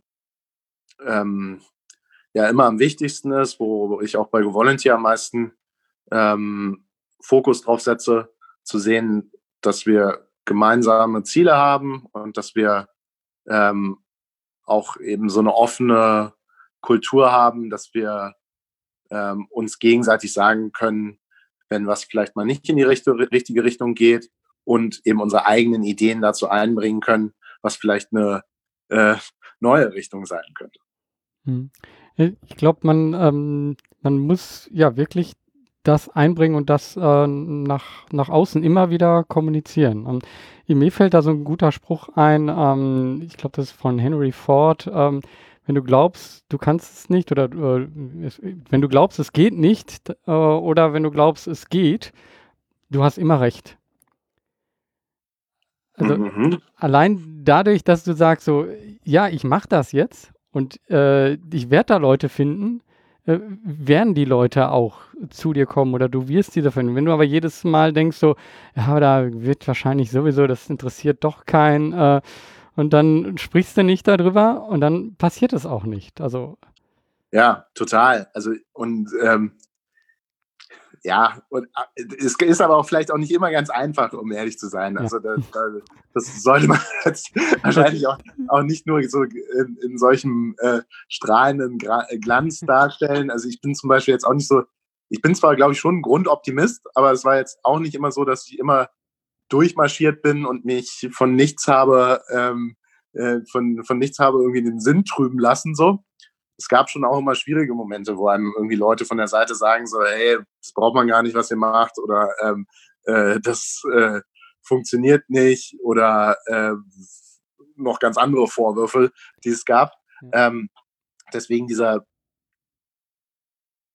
ähm, ja immer am wichtigsten ist, wo ich auch bei GoVolunteer am meisten ähm, Fokus drauf setze, zu sehen, dass wir gemeinsame Ziele haben und dass wir ähm, auch eben so eine offene Kultur haben, dass wir ähm, uns gegenseitig sagen können, wenn was vielleicht mal nicht in die richtige, richtige Richtung geht und eben unsere eigenen Ideen dazu einbringen können, was vielleicht eine äh, neue Richtung sein könnte. Mhm. Äh, ich glaube, man, ähm, man muss ja wirklich das einbringen und das äh, nach, nach außen immer wieder kommunizieren. Und mir fällt da so ein guter Spruch ein, ähm, ich glaube, das ist von Henry Ford, ähm, wenn du glaubst, du kannst es nicht oder äh, es, wenn du glaubst, es geht nicht äh, oder wenn du glaubst, es geht, du hast immer recht. Also Mhm. allein dadurch, dass du sagst so, ja, ich mache das jetzt und äh, ich werde da Leute finden, äh, werden die Leute auch zu dir kommen oder du wirst diese finden. Wenn du aber jedes Mal denkst so, ja, da wird wahrscheinlich sowieso, das interessiert doch keinen äh, und dann sprichst du nicht darüber und dann passiert es auch nicht. Also Ja, total. Also und ähm, ja, und äh, es ist aber auch vielleicht auch nicht immer ganz einfach, um ehrlich zu sein. ja. Also da, da, das sollte man jetzt wahrscheinlich auch, auch nicht nur so in, in solchem äh, strahlenden Gra Glanz darstellen. Also ich bin zum Beispiel jetzt auch nicht so, ich bin zwar, glaube ich, schon ein Grundoptimist, aber es war jetzt auch nicht immer so, dass ich immer durchmarschiert bin und mich von nichts habe, ähm, äh, von, von nichts habe irgendwie den Sinn trüben lassen, so. Es gab schon auch immer schwierige Momente, wo einem irgendwie Leute von der Seite sagen so, hey, das braucht man gar nicht, was ihr macht oder ähm, äh, das äh, funktioniert nicht oder äh, noch ganz andere Vorwürfe, die es gab. Ja. Ähm, deswegen dieser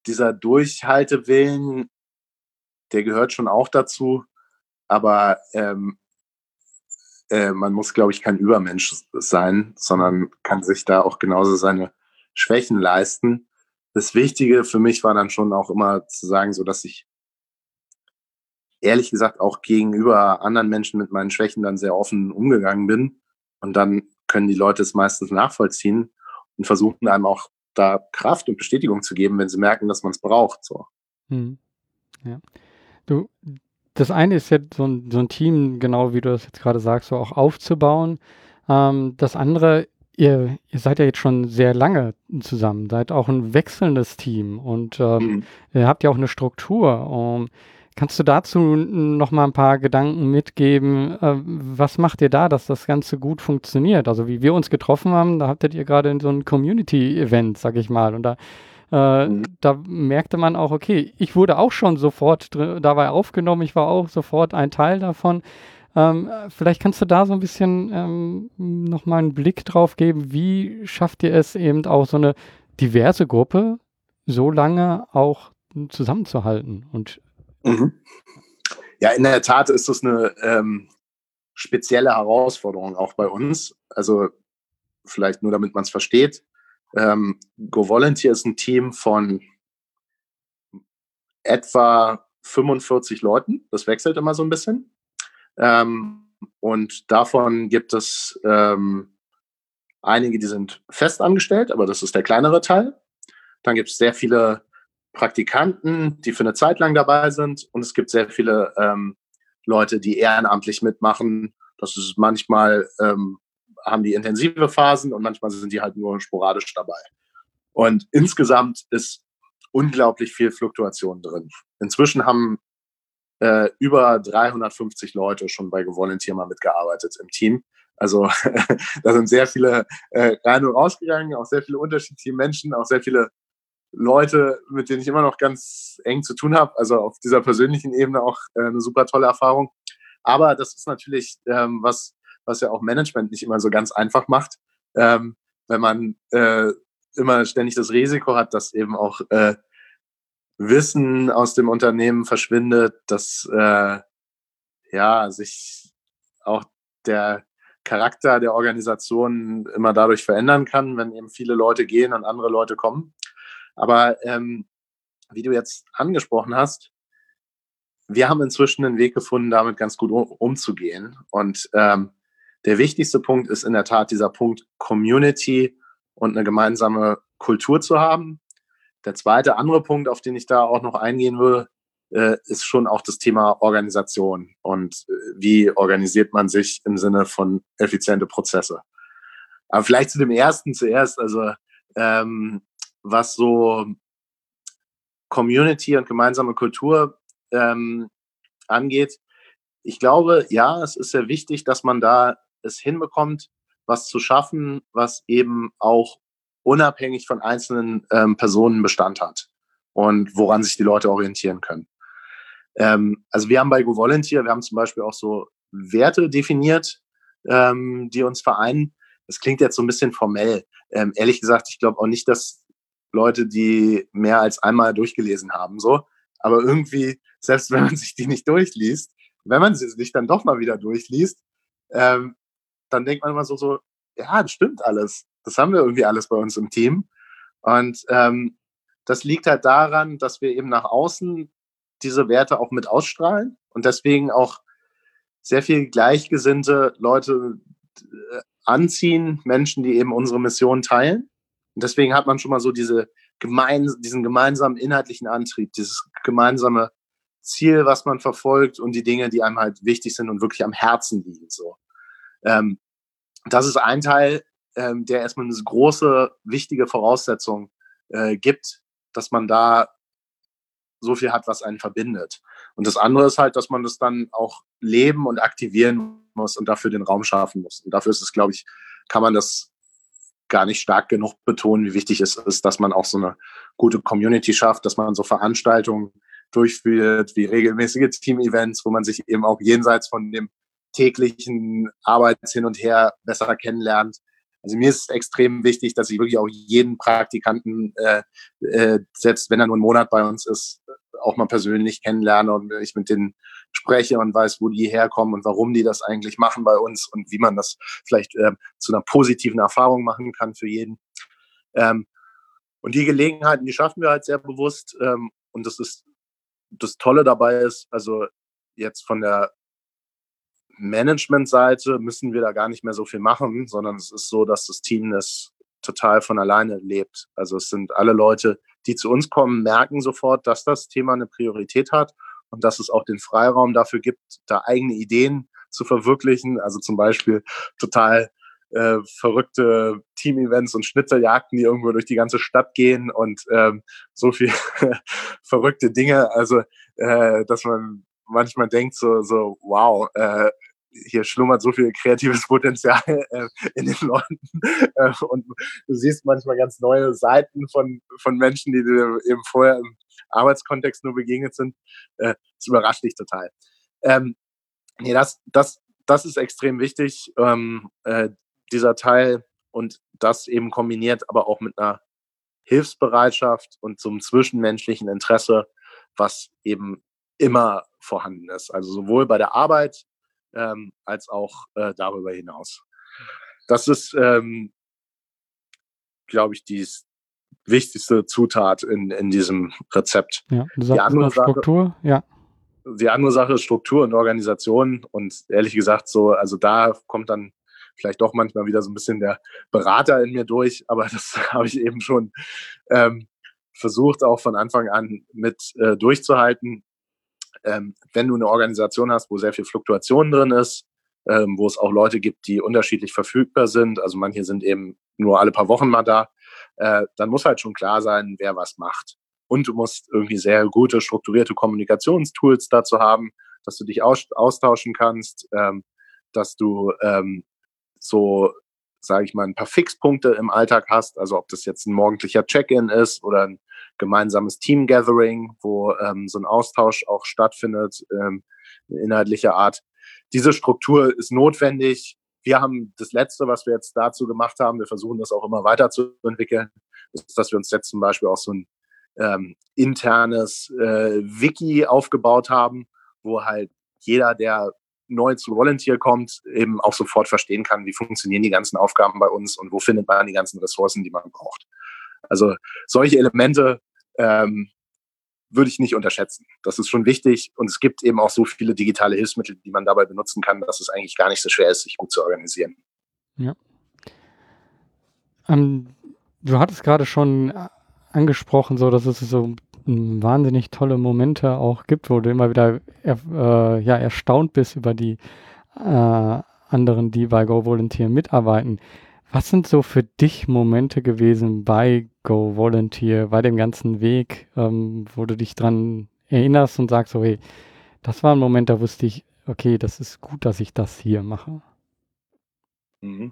dieser Durchhaltewillen, der gehört schon auch dazu, aber ähm, äh, man muss, glaube ich, kein Übermensch sein, sondern kann sich da auch genauso seine Schwächen leisten. Das Wichtige für mich war dann schon auch immer zu sagen, so dass ich ehrlich gesagt auch gegenüber anderen Menschen mit meinen Schwächen dann sehr offen umgegangen bin. Und dann können die Leute es meistens nachvollziehen und versuchen einem auch da Kraft und Bestätigung zu geben, wenn sie merken, dass man es braucht. So. Mhm. Ja. Du, das eine ist ja so ein, so ein Team, genau wie du das jetzt gerade sagst, so auch aufzubauen. Ähm, das andere, ihr, ihr seid ja jetzt schon sehr lange zusammen, seid auch ein wechselndes Team und ähm, Mhm. ihr habt ja auch eine Struktur. Um, kannst du dazu noch mal ein paar Gedanken mitgeben? Äh, was macht ihr da, dass das Ganze gut funktioniert? Also wie wir uns getroffen haben, da hattet ihr gerade so ein Community-Event, sag ich mal, und da Äh, Mhm. da merkte man auch, okay, ich wurde auch schon sofort dr- dabei aufgenommen, ich war auch sofort ein Teil davon. Ähm, äh, vielleicht kannst du da so ein bisschen ähm, nochmal einen Blick drauf geben, wie schafft ihr es eben auch so eine diverse Gruppe so lange auch zusammenzuhalten? Und Mhm. Ja, in der Tat ist das eine ähm, spezielle Herausforderung auch bei uns. Also vielleicht nur, damit man es versteht. Ähm, Go Volunteer ist ein Team von etwa fünfundvierzig Leuten. Das wechselt immer so ein bisschen. Ähm, und davon gibt es ähm, einige, die sind fest angestellt, aber das ist der kleinere Teil. Dann gibt es sehr viele Praktikanten, die für eine Zeit lang dabei sind. Und es gibt sehr viele ähm, Leute, die ehrenamtlich mitmachen. Das ist manchmal, ähm, haben die intensive Phasen und manchmal sind die halt nur sporadisch dabei. Und insgesamt ist unglaublich viel Fluktuation drin. Inzwischen haben äh, über dreihundertfünfzig Leute schon bei Volunteer mal mitgearbeitet im Team. Also da sind sehr viele äh, rein und rausgegangen, auch sehr viele unterschiedliche Menschen, auch sehr viele Leute, mit denen ich immer noch ganz eng zu tun habe. Also auf dieser persönlichen Ebene auch äh, eine super tolle Erfahrung. Aber das ist natürlich ähm, was, was ja auch Management nicht immer so ganz einfach macht, ähm, wenn man äh, immer ständig das Risiko hat, dass eben auch äh, Wissen aus dem Unternehmen verschwindet, dass äh, ja sich auch der Charakter der Organisation immer dadurch verändern kann, wenn eben viele Leute gehen und andere Leute kommen. Aber ähm, wie du jetzt angesprochen hast, wir haben inzwischen einen Weg gefunden, damit ganz gut um, umzugehen. Und ähm, der wichtigste Punkt ist in der Tat dieser Punkt Community und eine gemeinsame Kultur zu haben. Der zweite andere Punkt, auf den ich da auch noch eingehen würde, äh, ist schon auch das Thema Organisation und äh, wie organisiert man sich im Sinne von effiziente Prozesse. Aber vielleicht zu dem ersten zuerst, also ähm, was so Community und gemeinsame Kultur ähm, angeht. Ich glaube, ja, es ist sehr wichtig, dass man da es hinbekommt, was zu schaffen, was eben auch unabhängig von einzelnen ähm, Personen Bestand hat und woran sich die Leute orientieren können. Ähm, also wir haben bei Go Volunteer, wir haben zum Beispiel auch so Werte definiert, ähm, die uns vereinen. Das klingt jetzt so ein bisschen formell. Ähm, ehrlich gesagt, ich glaube auch nicht, dass Leute, die mehr als einmal durchgelesen haben, so. Aber irgendwie, selbst wenn man sich die nicht durchliest, wenn man sie sich dann doch mal wieder durchliest, ähm, dann denkt man immer so, so, ja, das stimmt alles. Das haben wir irgendwie alles bei uns im Team. Und ähm, das liegt halt daran, dass wir eben nach außen diese Werte auch mit ausstrahlen und deswegen auch sehr viel gleichgesinnte Leute äh, anziehen, Menschen, die eben unsere Mission teilen. Und deswegen hat man schon mal so diese gemein, diesen gemeinsamen inhaltlichen Antrieb, dieses gemeinsame Ziel, was man verfolgt und die Dinge, die einem halt wichtig sind und wirklich am Herzen liegen. So. Ähm, das ist ein Teil, ähm, der erstmal eine große, wichtige Voraussetzung äh, gibt, dass man da so viel hat, was einen verbindet. Und das andere ist halt, dass man das dann auch leben und aktivieren muss und dafür den Raum schaffen muss. Und dafür ist es, glaube ich, kann man das gar nicht stark genug betonen, wie wichtig es ist, dass man auch so eine gute Community schafft, dass man so Veranstaltungen durchführt, wie regelmäßige Team-Events, wo man sich eben auch jenseits von dem täglichen Arbeits hin und her besser kennenlernt. Also mir ist es extrem wichtig, dass ich wirklich auch jeden Praktikanten, äh, äh, selbst wenn er nur einen Monat bei uns ist, auch mal persönlich kennenlerne und ich mit denen spreche und weiß, wo die herkommen und warum die das eigentlich machen bei uns und wie man das vielleicht äh, zu einer positiven Erfahrung machen kann für jeden. Ähm, und die Gelegenheiten, die schaffen wir halt sehr bewusst. Ähm, und das ist das Tolle dabei ist, also jetzt von der Management-Seite müssen wir da gar nicht mehr so viel machen, sondern es ist so, dass das Team das total von alleine lebt. Also es sind alle Leute, die zu uns kommen, merken sofort, dass das Thema eine Priorität hat und dass es auch den Freiraum dafür gibt, da eigene Ideen zu verwirklichen. Also zum Beispiel total äh, verrückte Team-Events und Schnitzeljagden, die irgendwo durch die ganze Stadt gehen und ähm, so viel verrückte Dinge. Also äh, dass man manchmal denkt so, so wow, äh, hier schlummert so viel kreatives Potenzial äh, in den Leuten äh, und du siehst manchmal ganz neue Seiten von, von Menschen, die dir eben vorher im Arbeitskontext nur begegnet sind. Äh, das überrascht dich total. Ähm, nee, das, das, das ist extrem wichtig, ähm, äh, dieser Teil und das eben kombiniert aber auch mit einer Hilfsbereitschaft und so einem zwischenmenschlichen Interesse, was eben immer vorhanden ist. Also sowohl bei der Arbeit ähm, als auch äh, darüber hinaus. Das ist, ähm, glaube ich, die wichtigste Zutat in, in diesem Rezept. Ja, du Die sagst andere noch Sache, Struktur, ja. die andere Sache ist Struktur und Organisation. Und ehrlich gesagt, so, also da kommt dann vielleicht doch manchmal wieder so ein bisschen der Berater in mir durch, aber das habe ich eben schon ähm, versucht, auch von Anfang an mit äh, durchzuhalten. Ähm, wenn du eine Organisation hast, wo sehr viel Fluktuation drin ist, ähm, wo es auch Leute gibt, die unterschiedlich verfügbar sind, also manche sind eben nur alle paar Wochen mal da, äh, dann muss halt schon klar sein, wer was macht. Und du musst irgendwie sehr gute, strukturierte Kommunikationstools dazu haben, dass du dich aus austauschen kannst, ähm, dass du ähm, so, sage ich mal, ein paar Fixpunkte im Alltag hast, also ob das jetzt ein morgendlicher Check-in ist oder ein gemeinsames Team-Gathering, wo ähm, so ein Austausch auch stattfindet, ähm, inhaltlicher Art. Diese Struktur ist notwendig. Wir haben das Letzte, was wir jetzt dazu gemacht haben, wir versuchen das auch immer weiterzuentwickeln, ist, dass wir uns jetzt zum Beispiel auch so ein ähm, internes äh, Wiki aufgebaut haben, wo halt jeder, der neu zu Volunteer kommt, eben auch sofort verstehen kann, wie funktionieren die ganzen Aufgaben bei uns und wo findet man die ganzen Ressourcen, die man braucht. Also solche Elemente ähm, würde ich nicht unterschätzen. Das ist schon wichtig und es gibt eben auch so viele digitale Hilfsmittel, die man dabei benutzen kann, dass es eigentlich gar nicht so schwer ist, sich gut zu organisieren. Ja. Ähm, du hattest gerade schon angesprochen, so dass es so wahnsinnig tolle Momente auch gibt, wo du immer wieder er, äh, ja, erstaunt bist über die äh, anderen, die bei Go Volunteer mitarbeiten. Was sind so für dich Momente gewesen bei Go Volunteer, bei dem ganzen Weg, ähm, wo du dich dran erinnerst und sagst, so, hey, das war ein Moment, da wusste ich, okay, das ist gut, dass ich das hier mache. Mhm.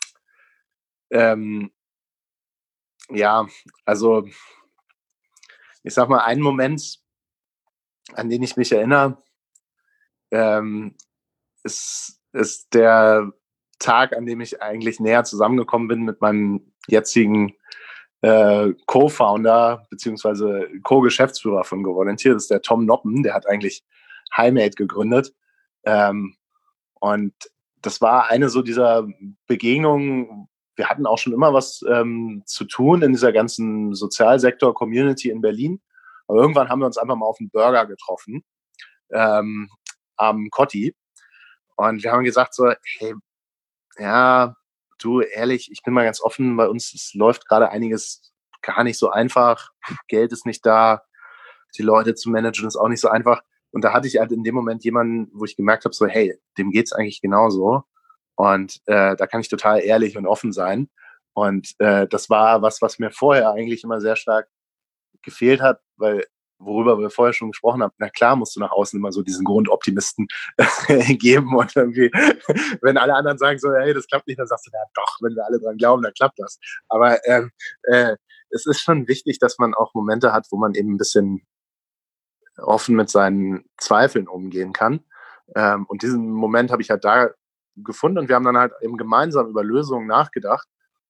Ähm, ja, also ich sag mal, einen Moment, an den ich mich erinnere, ähm, ist, ist der Tag, an dem ich eigentlich näher zusammengekommen bin mit meinem jetzigen äh, Co-Founder beziehungsweise Co-Geschäftsführer von Go Volunteer. Das ist der Tom Noppen, der hat eigentlich Highmate gegründet. Ähm, und das war eine so dieser Begegnungen. Wir hatten auch schon immer was ähm, zu tun in dieser ganzen Sozialsektor-Community in Berlin. Aber irgendwann haben wir uns einfach mal auf einen Burger getroffen ähm, am Cotti. Und wir haben gesagt so, hey, ja, du, ehrlich, ich bin mal ganz offen, bei uns es läuft gerade einiges gar nicht so einfach. Geld ist nicht da, die Leute zu managen ist auch nicht so einfach. Und da hatte ich halt in dem Moment jemanden, wo ich gemerkt habe, so, hey, dem geht's eigentlich genauso. Und äh, da kann ich total ehrlich und offen sein. Und äh, das war was, was mir vorher eigentlich immer sehr stark gefehlt hat, weil worüber wir vorher schon gesprochen haben, na klar musst du nach außen immer so diesen Grundoptimisten geben und irgendwie, wenn alle anderen sagen so, hey, das klappt nicht, dann sagst du, ja doch, wenn wir alle dran glauben, dann klappt das. Aber ähm, äh, es ist schon wichtig, dass man auch Momente hat, wo man eben ein bisschen offen mit seinen Zweifeln umgehen kann. Ähm, und diesen Moment habe ich halt da gefunden und wir haben dann halt eben gemeinsam über Lösungen nachgedacht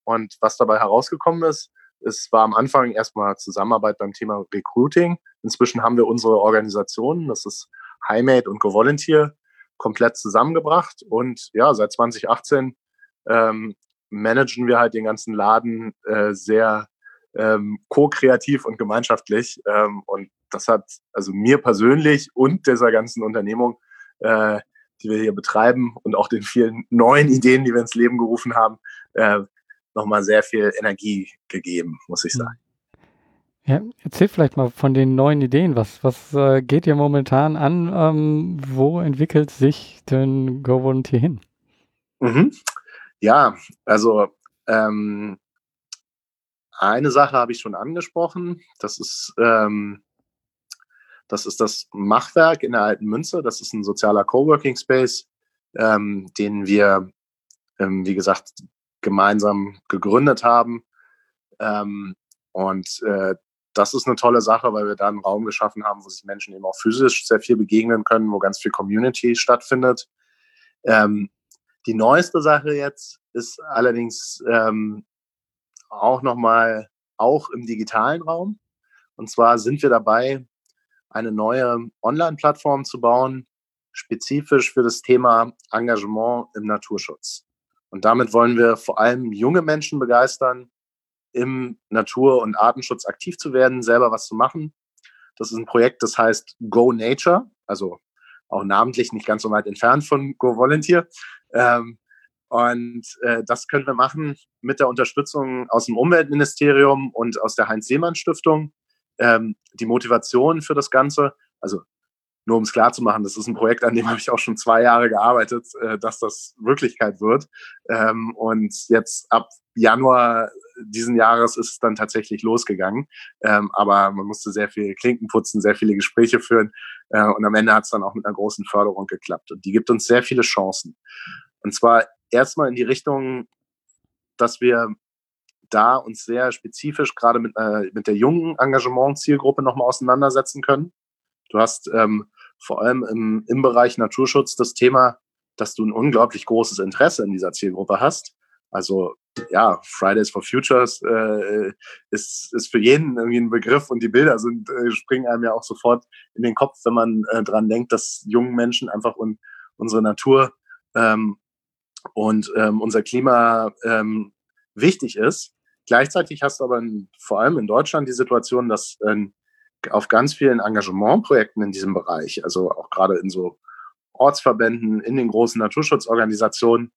Und was dabei herausgekommen ist, es war am Anfang erstmal Zusammenarbeit beim Thema Recruiting. Inzwischen haben wir unsere Organisationen, das ist HighMate und GoVolunteer, komplett zusammengebracht. Und ja, seit zwanzig achtzehn ähm, managen wir halt den ganzen Laden äh, sehr ähm, ko-kreativ und gemeinschaftlich. Ähm, und das hat also mir persönlich und dieser ganzen Unternehmung, äh, die wir hier betreiben und auch den vielen neuen Ideen, die wir ins Leben gerufen haben, äh, nochmal sehr viel Energie gegeben, muss ich sagen. Ja, erzähl vielleicht mal von den neuen Ideen. Was, was äh, geht ihr momentan an? Ähm, wo entwickelt sich denn GoVolunteer hin? Mhm. Ja, also ähm, eine Sache habe ich schon angesprochen. Das ist, ähm, das ist das Machwerk in der Alten Münze. Das ist ein sozialer Coworking Space, ähm, den wir, ähm, wie gesagt, gemeinsam gegründet haben. Ähm, und äh, das ist eine tolle Sache, weil wir da einen Raum geschaffen haben, wo sich Menschen eben auch physisch sehr viel begegnen können, wo ganz viel Community stattfindet. Ähm, die neueste Sache jetzt ist allerdings ähm, auch nochmal auch im digitalen Raum. Und zwar sind wir dabei, eine neue Online-Plattform zu bauen, spezifisch für das Thema Engagement im Naturschutz. Und damit wollen wir vor allem junge Menschen begeistern, im Natur- und Artenschutz aktiv zu werden, selber was zu machen. Das ist ein Projekt, das heißt Go Nature, also auch namentlich nicht ganz so weit entfernt von Go Volunteer. Ähm, und äh, das können wir machen mit der Unterstützung aus dem Umweltministerium und aus der Heinz-Seemann-Stiftung. Ähm, die Motivation für das Ganze, also nur um es klar zu machen, das ist ein Projekt, an dem habe ich auch schon zwei Jahre gearbeitet, äh, dass das Wirklichkeit wird. Ähm, und jetzt ab Januar diesen Jahres ist es dann tatsächlich losgegangen. Ähm, aber man musste sehr viel Klinken putzen, sehr viele Gespräche führen. Äh, und am Ende hat es dann auch mit einer großen Förderung geklappt. Und die gibt uns sehr viele Chancen. Und zwar erstmal in die Richtung, dass wir da uns sehr spezifisch gerade mit, äh, mit der jungen Engagement-Zielgruppe nochmal auseinandersetzen können. Du hast ähm, vor allem im, im Bereich Naturschutz das Thema, dass du ein unglaublich großes Interesse in dieser Zielgruppe hast. Also ja, Fridays for Futures äh, ist, ist für jeden irgendwie ein Begriff und die Bilder sind, äh, springen einem ja auch sofort in den Kopf, wenn man äh, dran denkt, dass jungen Menschen einfach un, unsere Natur ähm, und ähm, unser Klima ähm, wichtig ist. Gleichzeitig hast du aber in, vor allem in Deutschland die Situation, dass ähm, auf ganz vielen Engagementprojekten in diesem Bereich, also auch gerade in so Ortsverbänden, in den großen Naturschutzorganisationen,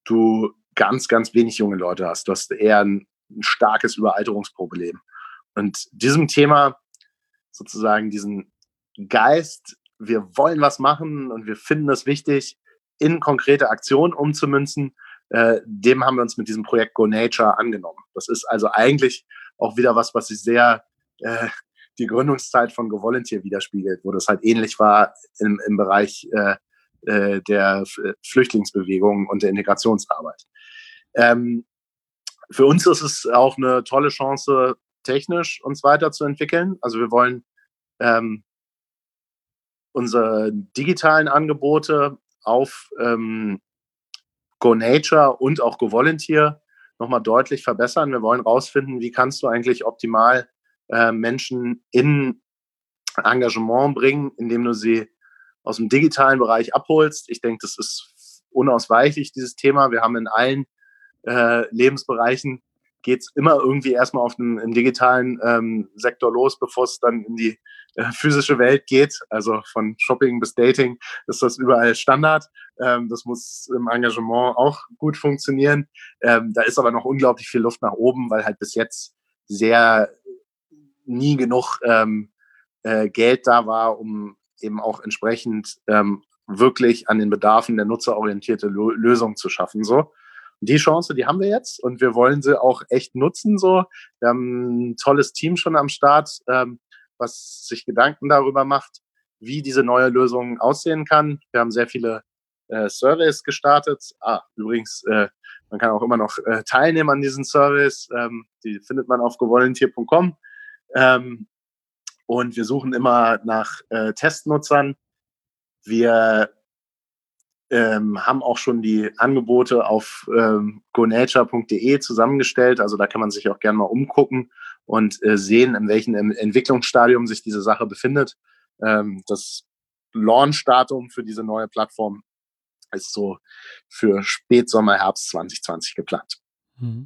du ganz, ganz wenig junge Leute hast. Du hast eher ein, ein starkes Überalterungsproblem. Und diesem Thema sozusagen diesen Geist, wir wollen was machen und wir finden es wichtig, in konkrete Aktionen umzumünzen, äh, dem haben wir uns mit diesem Projekt Go Nature angenommen. Das ist also eigentlich auch wieder was, was sich sehr äh, die Gründungszeit von Go Volunteer widerspiegelt, wo das halt ähnlich war im, im Bereich äh, äh, der Flüchtlingsbewegung und der Integrationsarbeit. Ähm, für uns ist es auch eine tolle Chance, technisch uns weiterzuentwickeln. Also wir wollen ähm, unsere digitalen Angebote auf ähm, Go Nature und auch Go Volunteer nochmal deutlich verbessern. Wir wollen rausfinden, wie kannst du eigentlich optimal äh, Menschen in Engagement bringen, indem du sie aus dem digitalen Bereich abholst. Ich denke, das ist unausweichlich, dieses Thema. Wir haben in allen äh, Lebensbereichen geht es immer irgendwie erstmal auf dem im digitalen ähm, Sektor los, bevor es dann in die äh, physische Welt geht. Also von Shopping bis Dating ist das überall Standard. Ähm, das muss im Engagement auch gut funktionieren. Ähm, da ist aber noch unglaublich viel Luft nach oben, weil halt bis jetzt sehr nie genug ähm, äh, Geld da war, um eben auch entsprechend ähm, wirklich an den Bedarfen der Nutzer orientierte Lo- Lösungen zu schaffen. So. Die Chance, die haben wir jetzt und wir wollen sie auch echt nutzen. So. Wir haben ein tolles Team schon am Start, ähm, was sich Gedanken darüber macht, wie diese neue Lösung aussehen kann. Wir haben sehr viele äh, Surveys gestartet. Ah, übrigens, äh, man kann auch immer noch äh, teilnehmen an diesen Surveys. Ähm, die findet man auf govolunteer punkt com. Ähm, und wir suchen immer nach äh, Testnutzern. Wir ähm, haben auch schon die Angebote auf ähm, go nature punkt de zusammengestellt. Also da kann man sich auch gerne mal umgucken und äh, sehen, in welchem Entwicklungsstadium sich diese Sache befindet. Ähm, das Launch-Datum für diese neue Plattform ist so für Spätsommer, Herbst zwanzig zwanzig geplant. Mhm.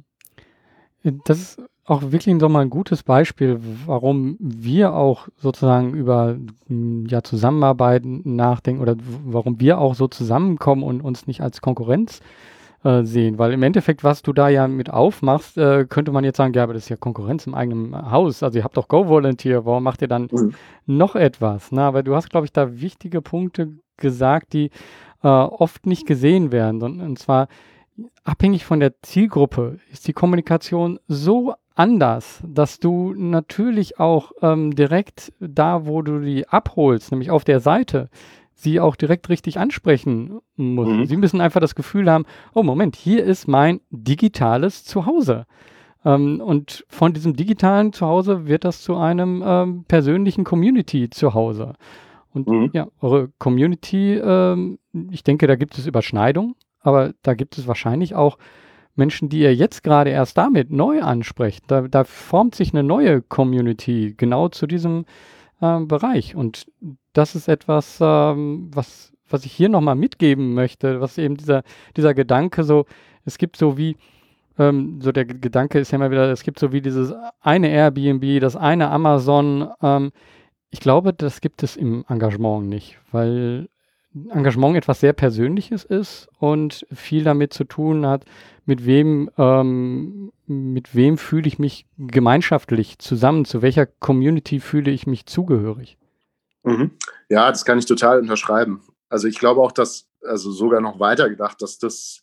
Das ist auch wirklich so mal ein gutes Beispiel, warum wir auch sozusagen über ja, Zusammenarbeiten nachdenken oder warum wir auch so zusammenkommen und uns nicht als Konkurrenz äh, sehen. Weil im Endeffekt, was du da ja mit aufmachst, äh, könnte man jetzt sagen, ja, aber das ist ja Konkurrenz im eigenen Haus. Also ihr habt doch Go Volunteer, warum macht ihr dann mhm. noch etwas? Na, aber du hast, glaube ich, da wichtige Punkte gesagt, die äh, oft nicht gesehen werden. Und, und zwar abhängig von der Zielgruppe ist die Kommunikation so anders, dass du natürlich auch ähm, direkt da, wo du die abholst, nämlich auf der Seite, sie auch direkt richtig ansprechen musst. Mhm. Sie müssen einfach das Gefühl haben, oh Moment, hier ist mein digitales Zuhause. Ähm, und von diesem digitalen Zuhause wird das zu einem ähm, persönlichen Community-Zuhause. Und mhm. ja, eure Community, ähm, ich denke, da gibt es Überschneidungen. Aber da gibt es wahrscheinlich auch Menschen, die ihr jetzt gerade erst damit neu ansprecht. Da, da formt sich eine neue Community genau zu diesem ähm, Bereich. Und das ist etwas, ähm, was, was ich hier nochmal mitgeben möchte, was eben dieser, dieser Gedanke so, es gibt so wie, ähm, so der Gedanke ist ja immer wieder, es gibt so wie dieses eine Airbnb, das eine Amazon. Ähm, ich glaube, das gibt es im Engagement nicht, weil Engagement etwas sehr Persönliches ist und viel damit zu tun hat, mit wem, ähm, mit wem fühle ich mich gemeinschaftlich zusammen, zu welcher Community fühle ich mich zugehörig. Mhm. Ja, das kann ich total unterschreiben. Also ich glaube auch, dass, also sogar noch weiter gedacht, dass das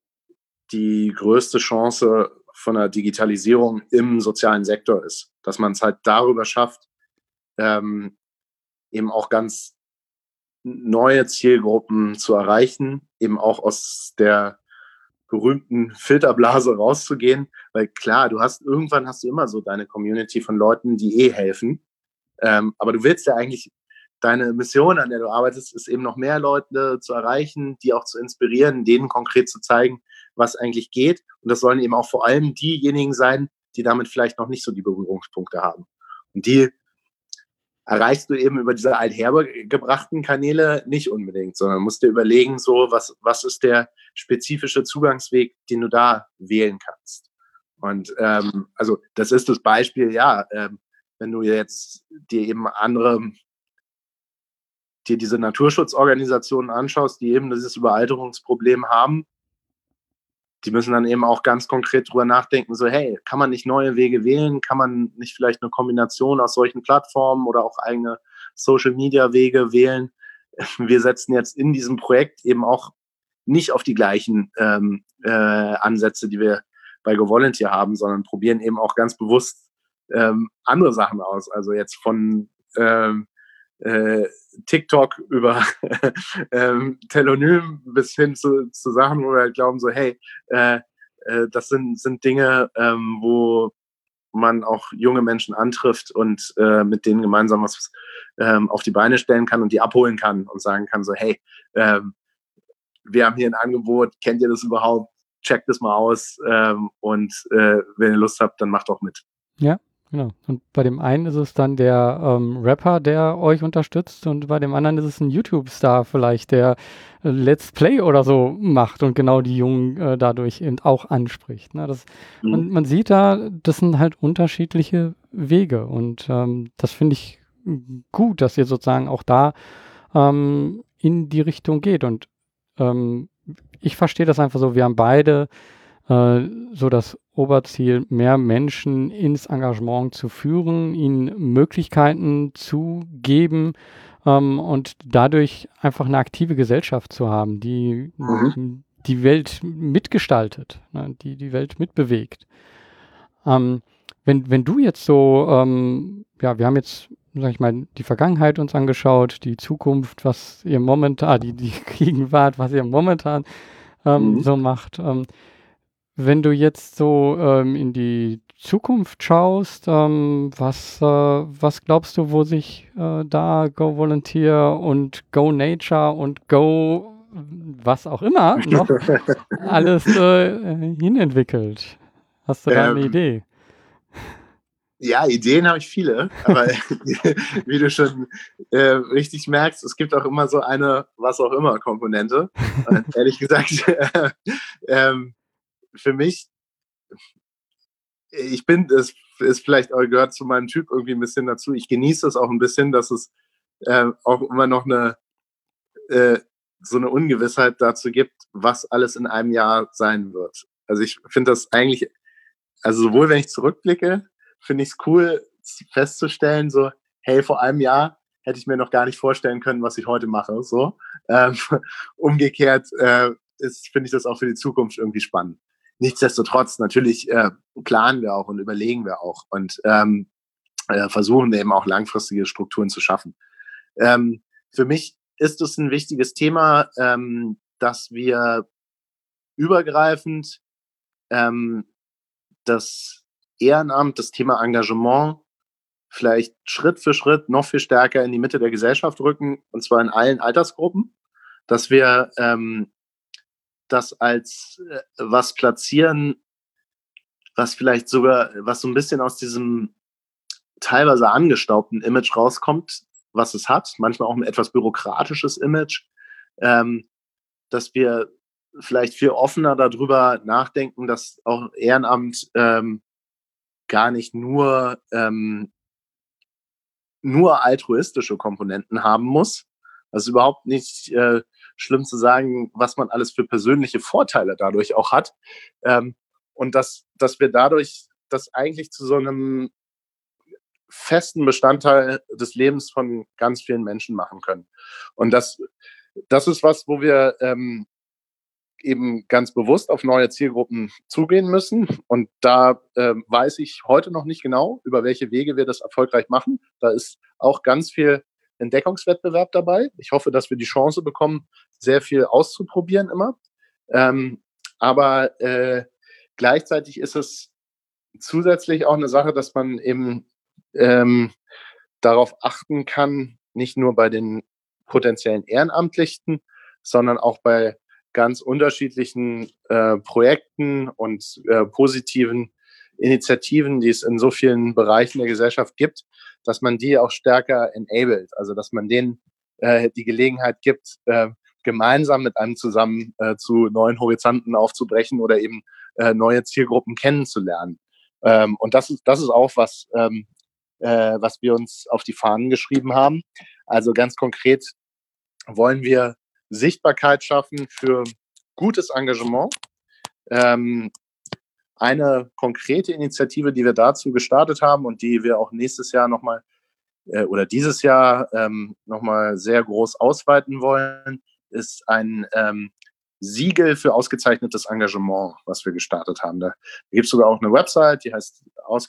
die größte Chance von der Digitalisierung im sozialen Sektor ist, dass man es halt darüber schafft, ähm, eben auch ganz neue Zielgruppen zu erreichen, eben auch aus der berühmten Filterblase rauszugehen, weil klar, du hast irgendwann hast du immer so deine Community von Leuten, die eh helfen, ähm, aber du willst ja eigentlich, deine Mission, an der du arbeitest, ist eben noch mehr Leute zu erreichen, die auch zu inspirieren, denen konkret zu zeigen, was eigentlich geht, und das sollen eben auch vor allem diejenigen sein, die damit vielleicht noch nicht so die Berührungspunkte haben, und die erreichst du eben über diese althergebrachten Kanäle nicht unbedingt, sondern musst dir überlegen, so, was, was ist der spezifische Zugangsweg, den du da wählen kannst. Und ähm, also das ist das Beispiel, ja, ähm, wenn du jetzt dir eben andere, dir diese Naturschutzorganisationen anschaust, die eben dieses Überalterungsproblem haben, die müssen dann eben auch ganz konkret drüber nachdenken, so, hey, kann man nicht neue Wege wählen? Kann man nicht vielleicht eine Kombination aus solchen Plattformen oder auch eigene Social-Media-Wege wählen? Wir setzen jetzt in diesem Projekt eben auch nicht auf die gleichen ähm, äh, Ansätze, die wir bei Go Volunteer haben, sondern probieren eben auch ganz bewusst ähm, andere Sachen aus. Also jetzt von ähm, äh, TikTok über ähm, Telonym bis hin zu, zu Sachen, wo wir halt glauben, so, hey, äh, äh, das sind, sind Dinge, ähm, wo man auch junge Menschen antrifft und äh, mit denen gemeinsam was ähm, auf die Beine stellen kann und die abholen kann und sagen kann, so, hey, ähm, wir haben hier ein Angebot, kennt ihr das überhaupt? Checkt das mal aus ähm, und äh, wenn ihr Lust habt, dann macht auch mit. Ja. Genau. Und bei dem einen ist es dann der ähm, Rapper, der euch unterstützt, und bei dem anderen ist es ein YouTube-Star vielleicht, der äh, Let's Play oder so macht und genau die Jungen äh, dadurch eben auch anspricht. Ne? Das, mhm. man, man sieht da, das sind halt unterschiedliche Wege, und ähm, das finde ich gut, dass ihr sozusagen auch da ähm, in die Richtung geht. Und ähm, ich verstehe das einfach so, wir haben beide äh, so das Oberziel, mehr Menschen ins Engagement zu führen, ihnen Möglichkeiten zu geben ähm, und dadurch einfach eine aktive Gesellschaft zu haben, die mhm. die Welt mitgestaltet, ne, die die Welt mitbewegt. Ähm, wenn, wenn du jetzt so, ähm, ja, wir haben jetzt, sag ich mal, die Vergangenheit uns angeschaut, die Zukunft, was ihr momentan, die, die Gegenwart, was ihr momentan ähm, mhm. so macht. Ähm, Wenn du jetzt so ähm, in die Zukunft schaust, ähm, was, äh, was glaubst du, wo sich äh, da Go Volunteer und Go Nature und Go was auch immer noch alles äh, hinentwickelt. Hast du da eine Ähm, Idee? Ja, Ideen habe ich viele, aber wie du schon äh, richtig merkst, es gibt auch immer so eine was auch immer Komponente. Und ehrlich gesagt, äh, ähm, für mich, ich bin, es ist vielleicht auch gehört zu meinem Typ irgendwie ein bisschen dazu. Ich genieße es auch ein bisschen, dass es äh, auch immer noch eine äh, so eine Ungewissheit dazu gibt, was alles in einem Jahr sein wird. Also ich finde das eigentlich, also sowohl wenn ich zurückblicke, finde ich es cool festzustellen, so, hey, vor einem Jahr hätte ich mir noch gar nicht vorstellen können, was ich heute mache. So. Ähm, umgekehrt äh, finde ich das auch für die Zukunft irgendwie spannend. Nichtsdestotrotz, natürlich äh, planen wir auch und überlegen wir auch und ähm, äh, versuchen eben auch langfristige Strukturen zu schaffen. Ähm, für mich ist es ein wichtiges Thema, ähm, dass wir übergreifend ähm, das Ehrenamt, das Thema Engagement vielleicht Schritt für Schritt noch viel stärker in die Mitte der Gesellschaft rücken, und zwar in allen Altersgruppen, dass wir ähm, das als äh, was platzieren, was vielleicht sogar, was so ein bisschen aus diesem teilweise angestaubten Image rauskommt, was es hat, manchmal auch ein etwas bürokratisches Image, ähm, dass wir vielleicht viel offener darüber nachdenken, dass auch Ehrenamt ähm, gar nicht nur ähm, nur altruistische Komponenten haben muss. Das ist überhaupt nicht äh, schlimm zu sagen, was man alles für persönliche Vorteile dadurch auch hat. Ähm, und dass, dass wir dadurch das eigentlich zu so einem festen Bestandteil des Lebens von ganz vielen Menschen machen können. Und das, das ist was, wo wir ähm, eben ganz bewusst auf neue Zielgruppen zugehen müssen. Und da äh, weiß ich heute noch nicht genau, über welche Wege wir das erfolgreich machen. Da ist auch ganz viel Entdeckungswettbewerb dabei. Ich hoffe, dass wir die Chance bekommen, sehr viel auszuprobieren immer. Ähm, aber äh, gleichzeitig ist es zusätzlich auch eine Sache, dass man eben ähm, darauf achten kann, nicht nur bei den potenziellen Ehrenamtlichen, sondern auch bei ganz unterschiedlichen äh, Projekten und äh, positiven Initiativen, die es in so vielen Bereichen der Gesellschaft gibt, dass man die auch stärker enabled, also dass man denen äh, die Gelegenheit gibt, äh, gemeinsam mit einem zusammen äh, zu neuen Horizonten aufzubrechen oder eben äh, neue Zielgruppen kennenzulernen. Ähm, und das ist, das ist auch was, ähm, äh, was wir uns auf die Fahnen geschrieben haben. Also ganz konkret wollen wir Sichtbarkeit schaffen für gutes Engagement. Ähm, eine konkrete Initiative, die wir dazu gestartet haben und die wir auch nächstes Jahr nochmal äh, oder dieses Jahr ähm, nochmal sehr groß ausweiten wollen, ist ein ähm, Siegel für ausgezeichnetes Engagement, was wir gestartet haben. Da gibt es sogar auch eine Website, die heißt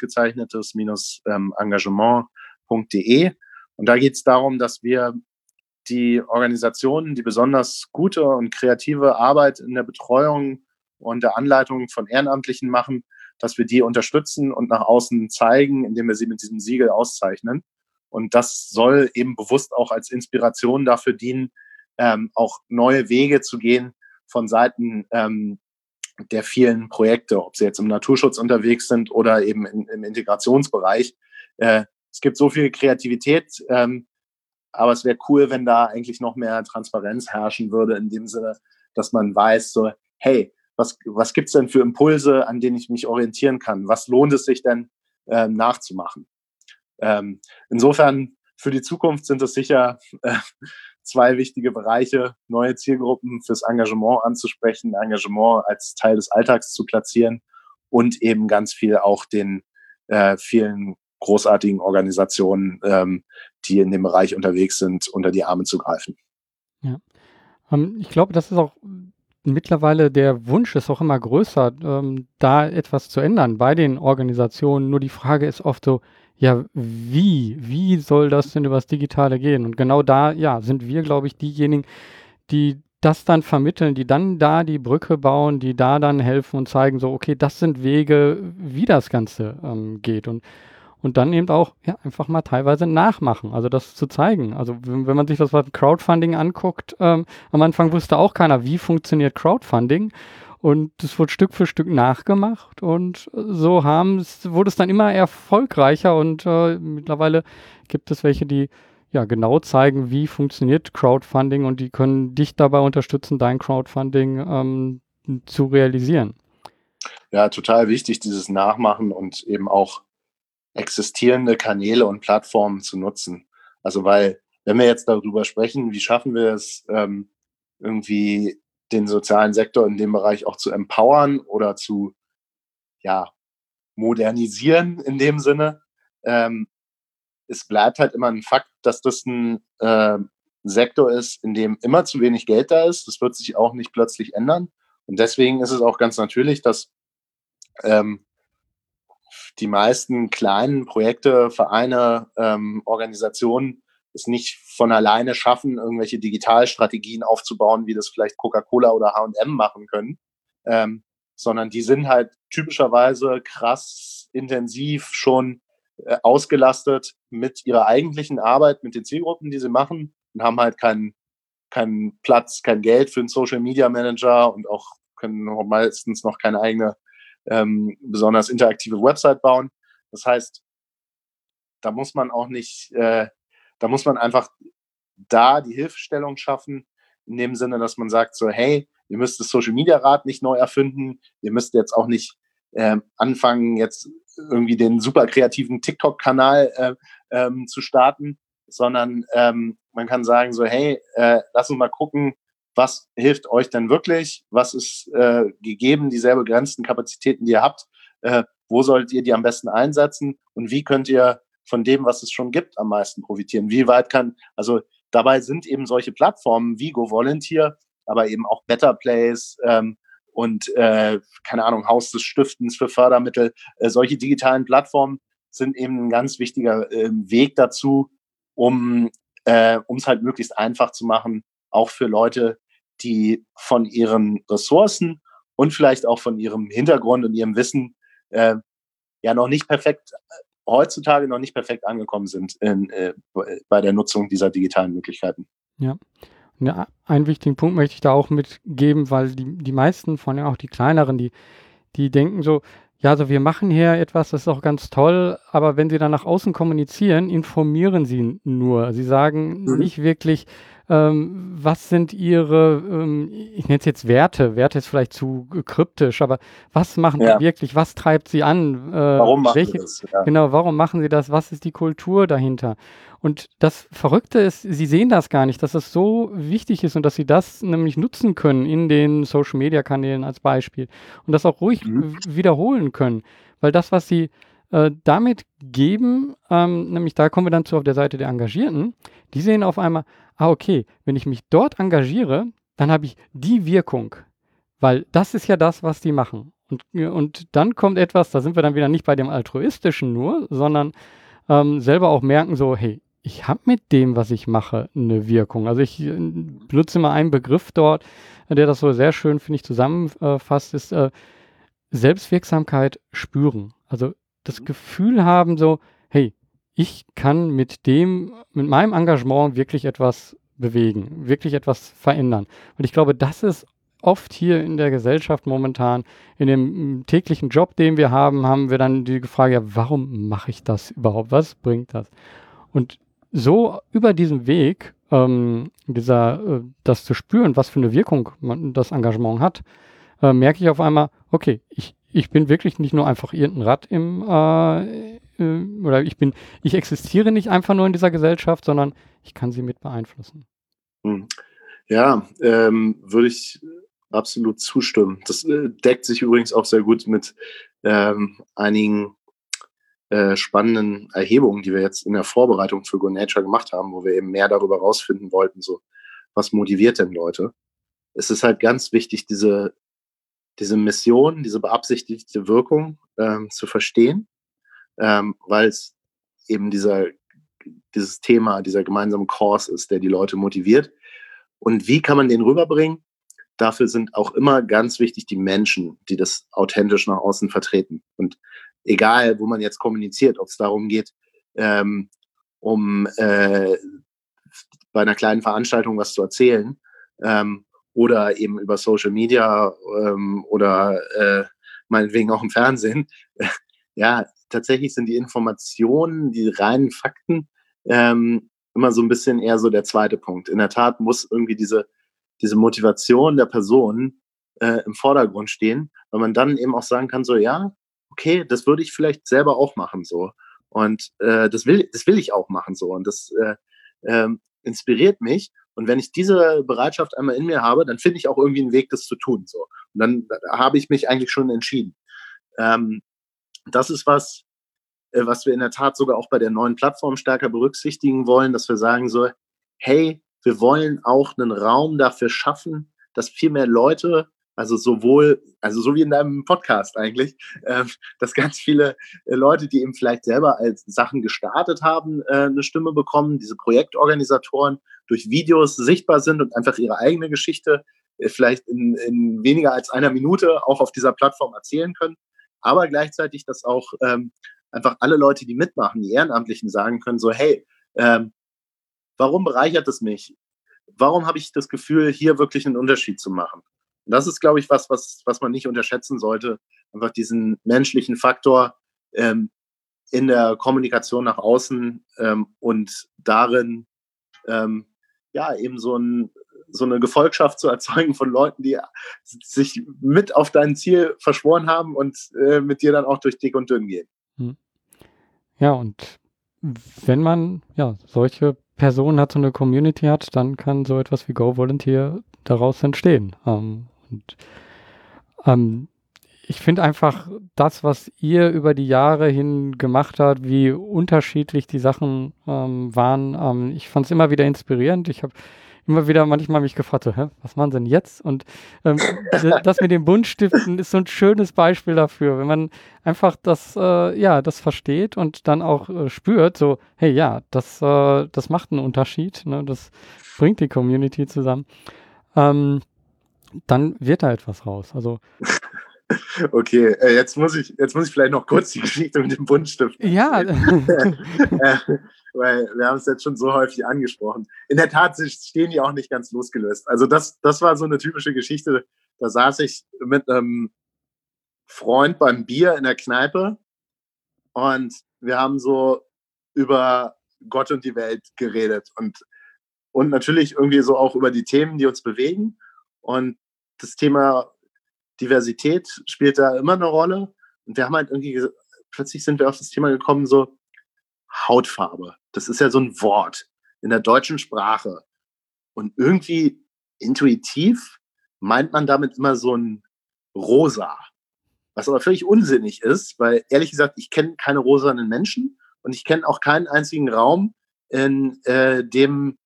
ausgezeichnetes-engagement punkt de. Und da geht es darum, dass wir die Organisationen, die besonders gute und kreative Arbeit in der Betreuung und der Anleitung von Ehrenamtlichen machen, dass wir die unterstützen und nach außen zeigen, indem wir sie mit diesem Siegel auszeichnen. Und das soll eben bewusst auch als Inspiration dafür dienen, ähm, auch neue Wege zu gehen von Seiten ähm, der vielen Projekte, ob sie jetzt im Naturschutz unterwegs sind oder eben in, im Integrationsbereich. Äh, es gibt so viel Kreativität, ähm, aber es wäre cool, wenn da eigentlich noch mehr Transparenz herrschen würde, in dem Sinne, dass man weiß, so, hey, was, was gibt's denn für Impulse, an denen ich mich orientieren kann? Was lohnt es sich denn ähm, nachzumachen? Ähm, insofern, für die Zukunft sind es sicher äh, zwei wichtige Bereiche, neue Zielgruppen fürs Engagement anzusprechen, Engagement als Teil des Alltags zu platzieren und eben ganz viel auch den äh, vielen großartigen Organisationen, ähm, die in dem Bereich unterwegs sind, unter die Arme zu greifen. Ja. Ähm, ich glaube, das ist auch mittlerweile der Wunsch ist auch immer größer, ähm, da etwas zu ändern bei den Organisationen. Nur die Frage ist oft so, ja, wie? Wie soll das denn übers Digitale gehen? Und genau da, ja, sind wir, glaube ich, diejenigen, die das dann vermitteln, die dann da die Brücke bauen, die da dann helfen und zeigen, so, okay, das sind Wege, wie das Ganze ähm, geht. Und und dann eben auch ja, einfach mal teilweise nachmachen, also das zu zeigen. Also wenn, wenn man sich das Wort Crowdfunding anguckt, ähm, am Anfang wusste auch keiner, wie funktioniert Crowdfunding. Und es wurde Stück für Stück nachgemacht und so haben es, wurde es dann immer erfolgreicher und äh, mittlerweile gibt es welche, die ja genau zeigen, wie funktioniert Crowdfunding und die können dich dabei unterstützen, dein Crowdfunding ähm, zu realisieren. Ja, total wichtig, dieses Nachmachen und eben auch existierende Kanäle und Plattformen zu nutzen. Also weil, wenn wir jetzt darüber sprechen, wie schaffen wir es, ähm, irgendwie den sozialen Sektor in dem Bereich auch zu empowern oder zu, ja, modernisieren in dem Sinne, ähm, es bleibt halt immer ein Fakt, dass das ein äh, Sektor ist, in dem immer zu wenig Geld da ist. Das wird sich auch nicht plötzlich ändern. Und deswegen ist es auch ganz natürlich, dass ähm, die meisten kleinen Projekte, Vereine, ähm, Organisationen es nicht von alleine schaffen, irgendwelche Digitalstrategien aufzubauen, wie das vielleicht Coca-Cola oder H und M machen können, ähm, sondern die sind halt typischerweise krass intensiv schon äh, ausgelastet mit ihrer eigentlichen Arbeit, mit den Zielgruppen, die sie machen und haben halt keinen keinen Platz, kein Geld für einen Social Media Manager und auch können meistens noch keine eigene ähm, besonders interaktive Website bauen. Das heißt, da muss man auch nicht, äh, da muss man einfach da die Hilfestellung schaffen, in dem Sinne, dass man sagt so, hey, ihr müsst das Social Media Rad nicht neu erfinden, ihr müsst jetzt auch nicht äh, anfangen, jetzt irgendwie den super kreativen TikTok-Kanal äh, ähm, zu starten, sondern ähm, man kann sagen so, hey, äh, lass uns mal gucken, was hilft euch denn wirklich, was ist äh, gegeben, die sehr begrenzten Kapazitäten, die ihr habt, äh, wo solltet ihr die am besten einsetzen und wie könnt ihr von dem, was es schon gibt, am meisten profitieren? Wie weit kann, also dabei sind eben solche Plattformen wie GoVolunteer, aber eben auch Better Place ähm, und, äh, keine Ahnung, Haus des Stiftens für Fördermittel. Äh, solche digitalen Plattformen sind eben ein ganz wichtiger äh, Weg dazu, um äh, um es halt möglichst einfach zu machen, auch für Leute, die von ihren Ressourcen und vielleicht auch von ihrem Hintergrund und ihrem Wissen äh, ja noch nicht perfekt, heutzutage noch nicht perfekt angekommen sind in, äh, bei der Nutzung dieser digitalen Möglichkeiten. Ja. Ja, einen wichtigen Punkt möchte ich da auch mitgeben, weil die, die meisten, vor allem auch die kleineren, die, die denken so, ja, also wir machen hier etwas, das ist auch ganz toll, aber wenn sie dann nach außen kommunizieren, informieren sie nur. Sie sagen Mhm. nicht wirklich, ähm, was sind ihre, ähm, ich nenne es jetzt Werte, Werte ist vielleicht zu kryptisch, aber was machen Ja. sie wirklich, was treibt sie an? Äh, Warum machen welche, wir das? Ja. Genau, warum machen sie das? Was ist die Kultur dahinter? Und das Verrückte ist, sie sehen das gar nicht, dass es so wichtig ist und dass sie das nämlich nutzen können in den Social-Media-Kanälen als Beispiel und das auch ruhig Mhm. wiederholen können. Weil das, was sie äh, damit geben, ähm, nämlich da kommen wir dann zu auf der Seite der Engagierten, die sehen auf einmal, ah okay, wenn ich mich dort engagiere, dann habe ich die Wirkung. Weil das ist ja das, was die machen. Und, und dann kommt etwas, da sind wir dann wieder nicht bei dem Altruistischen nur, sondern ähm, selber auch merken so, hey, ich habe mit dem, was ich mache, eine Wirkung. Also ich äh, benutze mal einen Begriff dort, der das so sehr schön, finde ich, zusammenfasst, ist äh, Selbstwirksamkeit spüren. Also das Mhm. Gefühl haben so, hey, ich kann mit dem, mit meinem Engagement wirklich etwas bewegen, wirklich etwas verändern. Und ich glaube, das ist oft hier in der Gesellschaft momentan, in dem m, täglichen Job, den wir haben, haben wir dann die Frage, ja, warum mache ich das überhaupt? Was bringt das? Und so über diesen Weg, ähm, dieser, äh, das zu spüren, was für eine Wirkung man, das Engagement hat, äh, merke ich auf einmal, okay, ich, ich bin wirklich nicht nur einfach irgendein Rad im, äh, äh, oder ich bin, ich existiere nicht einfach nur in dieser Gesellschaft, sondern ich kann sie mit beeinflussen. Mhm. Ja, ähm, würde ich absolut zustimmen. Das äh, deckt sich übrigens auch sehr gut mit ähm, einigen äh, spannenden Erhebungen, die wir jetzt in der Vorbereitung für Go Nature gemacht haben, wo wir eben mehr darüber rausfinden wollten, so was motiviert denn Leute. Es ist halt ganz wichtig, diese, diese Mission, diese beabsichtigte Wirkung ähm, zu verstehen, ähm, weil es eben dieser, dieses Thema, dieser gemeinsame Cause ist, der die Leute motiviert. Und wie kann man den rüberbringen? Dafür sind auch immer ganz wichtig die Menschen, die das authentisch nach außen vertreten. Und egal wo man jetzt kommuniziert, ob es darum geht, ähm, um äh, bei einer kleinen Veranstaltung was zu erzählen, ähm, oder eben über Social Media ähm, oder äh, meinetwegen auch im Fernsehen. Ja, tatsächlich sind die Informationen, die reinen Fakten ähm, immer so ein bisschen eher so der zweite Punkt. In der Tat muss irgendwie diese, diese Motivation der Person äh, im Vordergrund stehen, weil man dann eben auch sagen kann, so ja, okay, das würde ich vielleicht selber auch machen so. Und äh, das will, das will ich auch machen so. Und das äh, ähm, inspiriert mich. Und wenn ich diese Bereitschaft einmal in mir habe, dann finde ich auch irgendwie einen Weg, das zu tun. So. Und dann habe ich mich eigentlich schon entschieden. Ähm, das ist was, äh, was wir in der Tat sogar auch bei der neuen Plattform stärker berücksichtigen wollen, dass wir sagen so, hey, wir wollen auch einen Raum dafür schaffen, dass viel mehr Leute, also sowohl, also so wie in deinem Podcast eigentlich, äh, dass ganz viele äh, Leute, die eben vielleicht selber als Sachen gestartet haben, äh, eine Stimme bekommen, diese Projektorganisatoren durch Videos sichtbar sind und einfach ihre eigene Geschichte äh, vielleicht in, in weniger als einer Minute auch auf dieser Plattform erzählen können, aber gleichzeitig, dass auch ähm, einfach alle Leute, die mitmachen, die Ehrenamtlichen sagen können, so hey, ähm, warum bereichert es mich? Warum habe ich das Gefühl, hier wirklich einen Unterschied zu machen? Und das ist, glaube ich, was, was, was man nicht unterschätzen sollte. Einfach diesen menschlichen Faktor ähm, in der Kommunikation nach außen ähm, und darin ähm, ja eben so, ein, so eine Gefolgschaft zu erzeugen von Leuten, die sich mit auf dein Ziel verschworen haben und äh, mit dir dann auch durch dick und dünn gehen. Hm. Ja, und wenn man ja solche Personen hat, so eine Community hat, dann kann so etwas wie Go Volunteer daraus entstehen. Ähm, und ähm, ich finde einfach das, was ihr über die Jahre hin gemacht habt, wie unterschiedlich die Sachen ähm, waren. Ähm, ich fand es immer wieder inspirierend. Ich habe immer wieder manchmal mich gefragt, so, hä, was machen sie denn jetzt? Und ähm, d- das mit den Buntstiften ist so ein schönes Beispiel dafür, wenn man einfach das, äh, ja, das versteht und dann auch äh, spürt, so, hey, ja, das, äh, das macht einen Unterschied, ne? Das bringt die Community zusammen. Ähm, dann wird da etwas raus. Also Okay, äh, jetzt muss ich, jetzt muss ich vielleicht noch kurz die Geschichte mit dem Buntstift ja, erzählen. äh, weil wir haben es jetzt schon so häufig angesprochen. In der Tat stehen die auch nicht ganz losgelöst. Also das, das war so eine typische Geschichte. Da saß ich mit einem Freund beim Bier in der Kneipe und wir haben so über Gott und die Welt geredet und, und natürlich irgendwie so auch über die Themen, die uns bewegen. Und das Thema Diversität spielt da immer eine Rolle. Und wir haben halt irgendwie, plötzlich sind wir auf das Thema gekommen, so Hautfarbe. Das ist ja so ein Wort in der deutschen Sprache. Und irgendwie intuitiv meint man damit immer so ein Rosa. Was aber völlig unsinnig ist, weil ehrlich gesagt, ich kenne keine rosanen Menschen und ich kenne auch keinen einzigen Raum, in äh, dem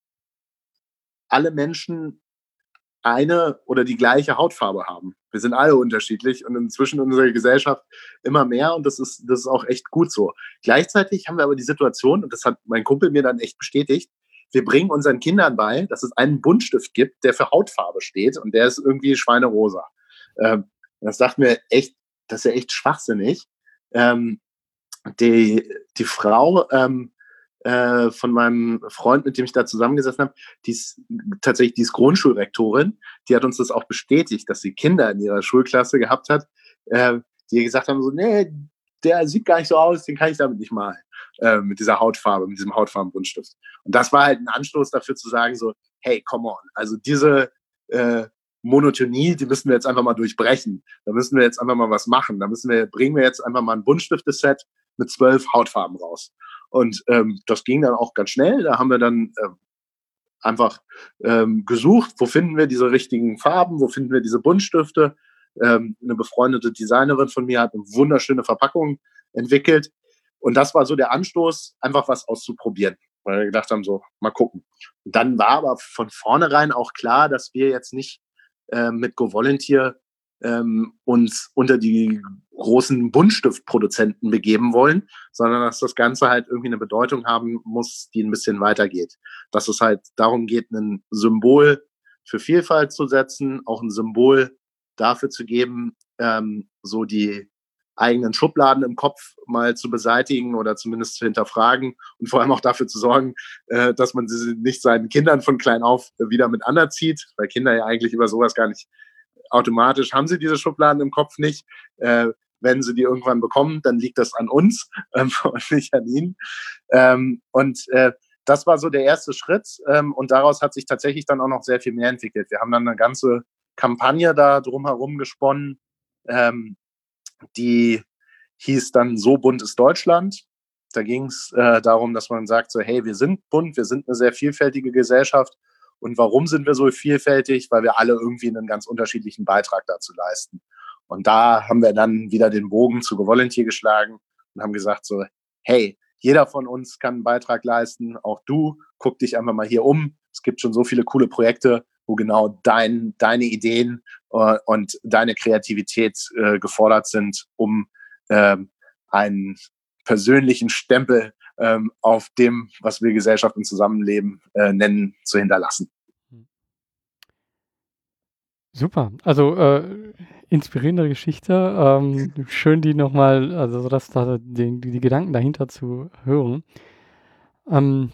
alle Menschen eine oder die gleiche Hautfarbe haben. Wir sind alle unterschiedlich und inzwischen in unserer Gesellschaft immer mehr und das ist, das ist auch echt gut so. Gleichzeitig haben wir aber die Situation, und das hat mein Kumpel mir dann echt bestätigt, wir bringen unseren Kindern bei, dass es einen Buntstift gibt, der für Hautfarbe steht und der ist irgendwie schweinerosa. Ähm, das dachten wir echt, das ist ja echt schwachsinnig. Ähm, die, die Frau ähm, äh, von meinem Freund, mit dem ich da zusammengesessen habe, die ist tatsächlich, die ist Grundschulrektorin, die hat uns das auch bestätigt, dass sie Kinder in ihrer Schulklasse gehabt hat, äh, die gesagt haben so, nee, der sieht gar nicht so aus, den kann ich damit nicht malen, äh, mit dieser Hautfarbe, mit diesem Hautfarbenbuntstift. Und das war halt ein Anstoß dafür zu sagen so, hey, come on, also diese äh, Monotonie, die müssen wir jetzt einfach mal durchbrechen. Da müssen wir jetzt einfach mal was machen. Da müssen wir, bringen wir jetzt einfach mal ein Buntstifteset mit zwölf Hautfarben raus. Und ähm, das ging dann auch ganz schnell. Da haben wir dann äh, einfach ähm, gesucht, wo finden wir diese richtigen Farben, wo finden wir diese Buntstifte. Ähm, eine befreundete Designerin von mir hat eine wunderschöne Verpackung entwickelt. Und das war so der Anstoß, einfach was auszuprobieren. Weil wir gedacht haben, so, mal gucken. Und dann war aber von vornherein auch klar, dass wir jetzt nicht äh, mit Go Volunteer ähm, uns unter die großen Buntstiftproduzenten begeben wollen, sondern dass das Ganze halt irgendwie eine Bedeutung haben muss, die ein bisschen weitergeht. Dass es halt darum geht, ein Symbol für Vielfalt zu setzen, auch ein Symbol dafür zu geben, ähm, so die eigenen Schubladen im Kopf mal zu beseitigen oder zumindest zu hinterfragen und vor allem auch dafür zu sorgen, äh, dass man sie nicht seinen Kindern von klein auf wieder mit anerzieht, weil Kinder ja eigentlich über sowas gar nicht automatisch haben sie diese Schubladen im Kopf nicht. Äh, wenn sie die irgendwann bekommen, dann liegt das an uns ähm, und nicht an ihnen. Ähm, und äh, das war so der erste Schritt ähm, und daraus hat sich tatsächlich dann auch noch sehr viel mehr entwickelt. Wir haben dann eine ganze Kampagne da drumherum gesponnen, ähm, die hieß dann So bunt ist Deutschland. Da ging es äh, darum, dass man sagt, so hey, wir sind bunt, wir sind eine sehr vielfältige Gesellschaft. Und warum sind wir so vielfältig? Weil wir alle irgendwie einen ganz unterschiedlichen Beitrag dazu leisten. Und da haben wir dann wieder den Bogen zu GoVolunteer geschlagen und haben gesagt so, hey, jeder von uns kann einen Beitrag leisten, auch du, guck dich einfach mal hier um. Es gibt schon so viele coole Projekte, wo genau dein, deine Ideen äh, und deine Kreativität äh, gefordert sind, um ähm, einen persönlichen Stempel ähm, auf dem, was wir Gesellschaft und Zusammenleben äh, nennen, zu hinterlassen. Super, also äh, inspirierende Geschichte. Ähm, schön, die nochmal, also so dass da die, die Gedanken dahinter zu hören. Ähm,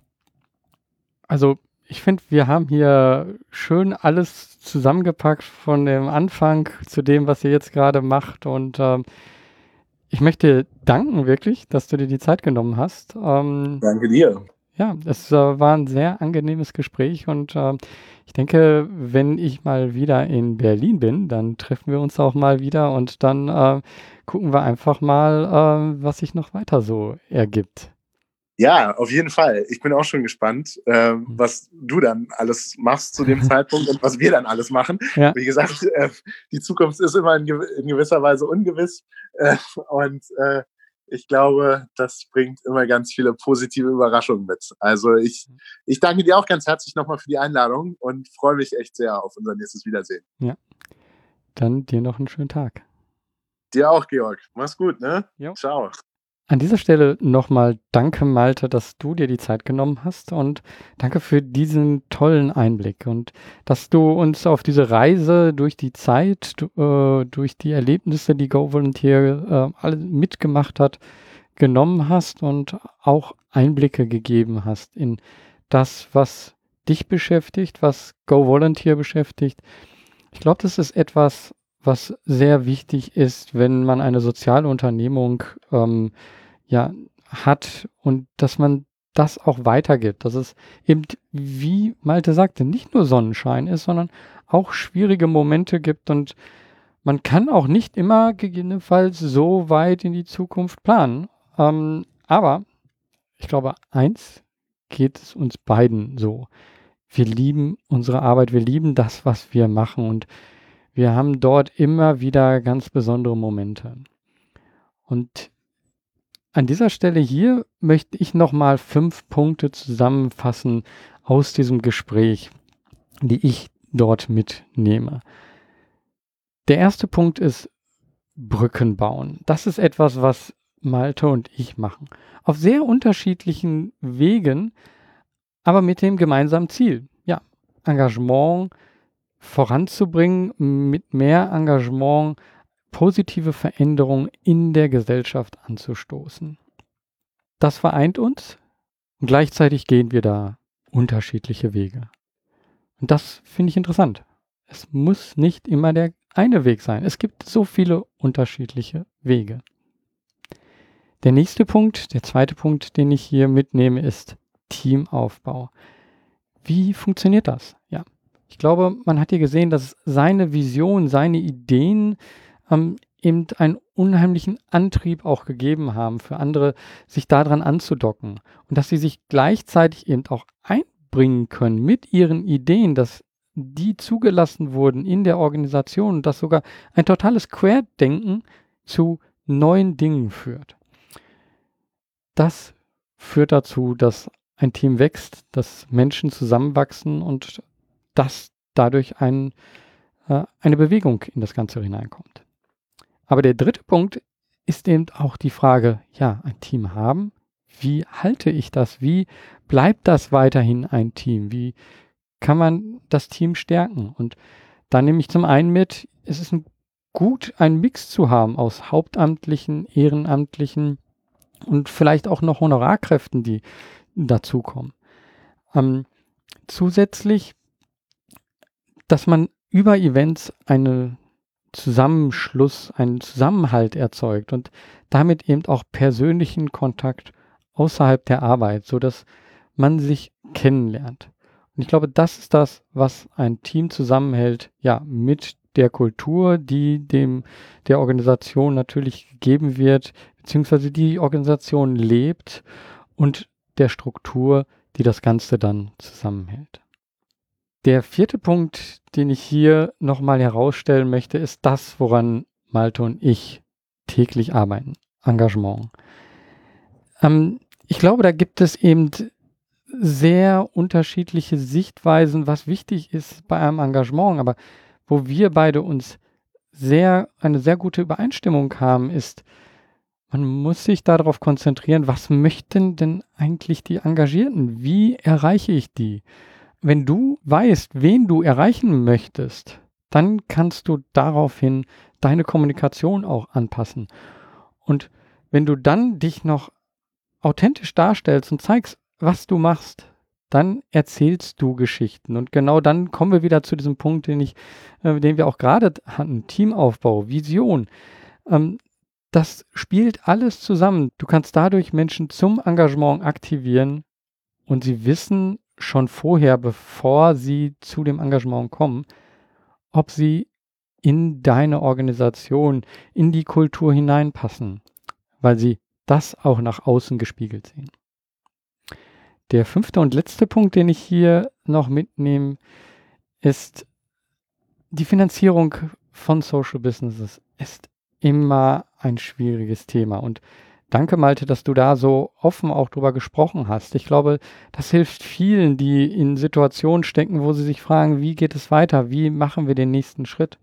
also ich finde, wir haben hier schön alles zusammengepackt von dem Anfang zu dem, was ihr jetzt gerade macht. Und ähm, ich möchte danken wirklich, dass du dir die Zeit genommen hast. Ähm, Danke dir. Ja, es äh, war ein sehr angenehmes Gespräch und äh, ich denke, wenn ich mal wieder in Berlin bin, dann treffen wir uns auch mal wieder und dann äh, gucken wir einfach mal, äh, was sich noch weiter so ergibt. Ja, auf jeden Fall. Ich bin auch schon gespannt, äh, was du dann alles machst zu dem Zeitpunkt und was wir dann alles machen. Ja. Wie gesagt, äh, die Zukunft ist immer in, gew in gewisser Weise ungewiss äh, und äh, ich glaube, das bringt immer ganz viele positive Überraschungen mit. Also ich, ich danke dir auch ganz herzlich nochmal für die Einladung und freue mich echt sehr auf unser nächstes Wiedersehen. Ja, dann dir noch einen schönen Tag. Dir auch, Georg. Mach's gut, ne? Jo. Ciao. An dieser Stelle nochmal danke, Malte, dass du dir die Zeit genommen hast und danke für diesen tollen Einblick und dass du uns auf diese Reise durch die Zeit, äh, durch die Erlebnisse, die GoVolunteer äh, alle mitgemacht hat, genommen hast und auch Einblicke gegeben hast in das, was dich beschäftigt, was GoVolunteer beschäftigt. Ich glaube, das ist etwas, was sehr wichtig ist, wenn man eine soziale Unternehmung ähm, ja, hat und dass man das auch weitergibt. Dass es eben, wie Malte sagte, nicht nur Sonnenschein ist, sondern auch schwierige Momente gibt und man kann auch nicht immer gegebenenfalls so weit in die Zukunft planen. Ähm, aber ich glaube, eins geht es uns beiden so. Wir lieben unsere Arbeit, wir lieben das, was wir machen und wir haben dort immer wieder ganz besondere Momente. Und an dieser Stelle hier möchte ich nochmal fünf Punkte zusammenfassen aus diesem Gespräch, die ich dort mitnehme. Der erste Punkt ist Brücken bauen. Das ist etwas, was Malte und ich machen. Auf sehr unterschiedlichen Wegen, aber mit dem gemeinsamen Ziel. Ja, Engagement voranzubringen, mit mehr Engagement positive Veränderungen in der Gesellschaft anzustoßen. Das vereint uns und gleichzeitig gehen wir da unterschiedliche Wege. Und das finde ich interessant. Es muss nicht immer der eine Weg sein. Es gibt so viele unterschiedliche Wege. Der nächste Punkt, der zweite Punkt, den ich hier mitnehme, ist Teamaufbau. Wie funktioniert das? Ja, ich glaube, man hat hier gesehen, dass seine Vision, seine Ideen ähm, eben einen unheimlichen Antrieb auch gegeben haben, für andere sich daran anzudocken. Und dass sie sich gleichzeitig eben auch einbringen können mit ihren Ideen, dass die zugelassen wurden in der Organisation und dass sogar ein totales Querdenken zu neuen Dingen führt. Das führt dazu, dass ein Team wächst, dass Menschen zusammenwachsen und dass dadurch ein, äh, eine Bewegung in das Ganze hineinkommt. Aber der dritte Punkt ist eben auch die Frage, ja, ein Team haben, wie halte ich das? Wie bleibt das weiterhin ein Team? Wie kann man das Team stärken? Und da nehme ich zum einen mit, es ist ein gut, einen Mix zu haben aus Hauptamtlichen, Ehrenamtlichen und vielleicht auch noch Honorarkräften, die dazukommen. Ähm, zusätzlich, dass man über Events einen Zusammenschluss, einen Zusammenhalt erzeugt und damit eben auch persönlichen Kontakt außerhalb der Arbeit, sodass man sich kennenlernt. Und ich glaube, das ist das, was ein Team zusammenhält, ja, mit der Kultur, die dem der Organisation natürlich gegeben wird, beziehungsweise die Organisation lebt und der Struktur, die das Ganze dann zusammenhält. Der vierte Punkt, den ich hier nochmal herausstellen möchte, ist das, woran Malte und ich täglich arbeiten. Engagement. Ähm, ich glaube, da gibt es eben sehr unterschiedliche Sichtweisen, was wichtig ist bei einem Engagement, aber wo wir beide uns sehr, eine sehr gute Übereinstimmung haben, ist, man muss sich darauf konzentrieren, was möchten denn eigentlich die Engagierten? Wie erreiche ich die? Wenn du weißt, wen du erreichen möchtest, dann kannst du daraufhin deine Kommunikation auch anpassen. Und wenn du dann dich noch authentisch darstellst und zeigst, was du machst, dann erzählst du Geschichten. Und genau dann kommen wir wieder zu diesem Punkt, den ich, äh, den wir auch gerade hatten, Teamaufbau, Vision. Ähm, das spielt alles zusammen. Du kannst dadurch Menschen zum Engagement aktivieren und sie wissen schon vorher, bevor sie zu dem Engagement kommen, ob sie in deine Organisation, in die Kultur hineinpassen, weil sie das auch nach außen gespiegelt sehen. Der fünfte und letzte Punkt, den ich hier noch mitnehme, ist die Finanzierung von Social Businesses ist immer ein schwieriges Thema. Und danke, Malte, dass du da so offen auch drüber gesprochen hast. Ich glaube, das hilft vielen, die in Situationen stecken, wo sie sich fragen, wie geht es weiter? Wie machen wir den nächsten Schritt?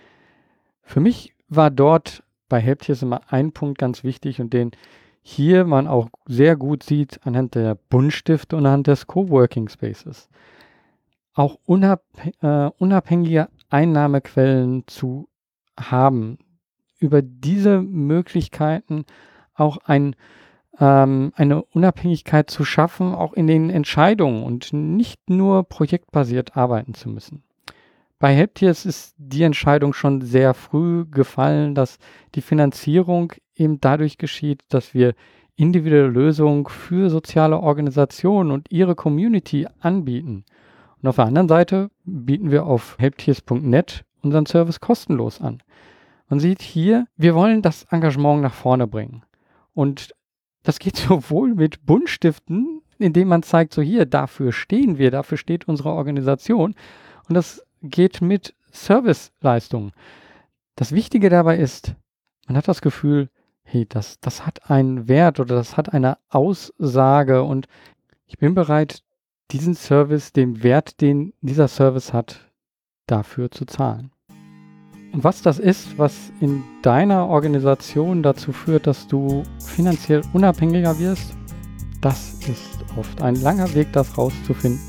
Für mich war dort bei Helptiers immer ein Punkt ganz wichtig und den hier man auch sehr gut sieht anhand der Buntstifte und anhand des Coworking Spaces. Auch unab äh, unabhängige Einnahmequellen zu haben. Über diese Möglichkeiten auch ein, ähm, eine Unabhängigkeit zu schaffen, auch in den Entscheidungen und nicht nur projektbasiert arbeiten zu müssen. Bei Helptiers ist die Entscheidung schon sehr früh gefallen, dass die Finanzierung eben dadurch geschieht, dass wir individuelle Lösungen für soziale Organisationen und ihre Community anbieten. Und auf der anderen Seite bieten wir auf helptiers punkt net unseren Service kostenlos an. Man sieht hier, wir wollen das Engagement nach vorne bringen. Und das geht sowohl mit Buntstiften, indem man zeigt, so hier, dafür stehen wir, dafür steht unsere Organisation. Und das geht mit Serviceleistungen. Das Wichtige dabei ist, man hat das Gefühl, hey, das, das hat einen Wert oder das hat eine Aussage und ich bin bereit, diesen Service, den Wert, den dieser Service hat, dafür zu zahlen. Und was das ist, was in deiner Organisation dazu führt, dass du finanziell unabhängiger wirst, das ist oft ein langer Weg, das rauszufinden.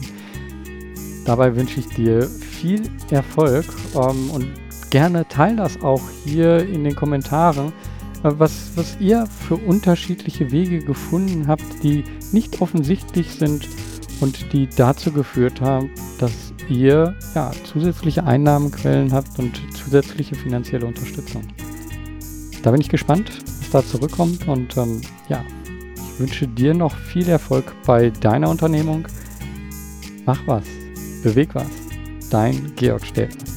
Dabei wünsche ich dir viel Erfolg ähm, und gerne teil das auch hier in den Kommentaren, äh, was, was ihr für unterschiedliche Wege gefunden habt, die nicht offensichtlich sind und die dazu geführt haben, dass ihr ja, zusätzliche Einnahmenquellen habt und zusätzliche finanzielle Unterstützung. Da bin ich gespannt, was da zurückkommt und ähm, ja, ich wünsche dir noch viel Erfolg bei deiner Unternehmung. Mach was, beweg was. Dein Georg Stäbler.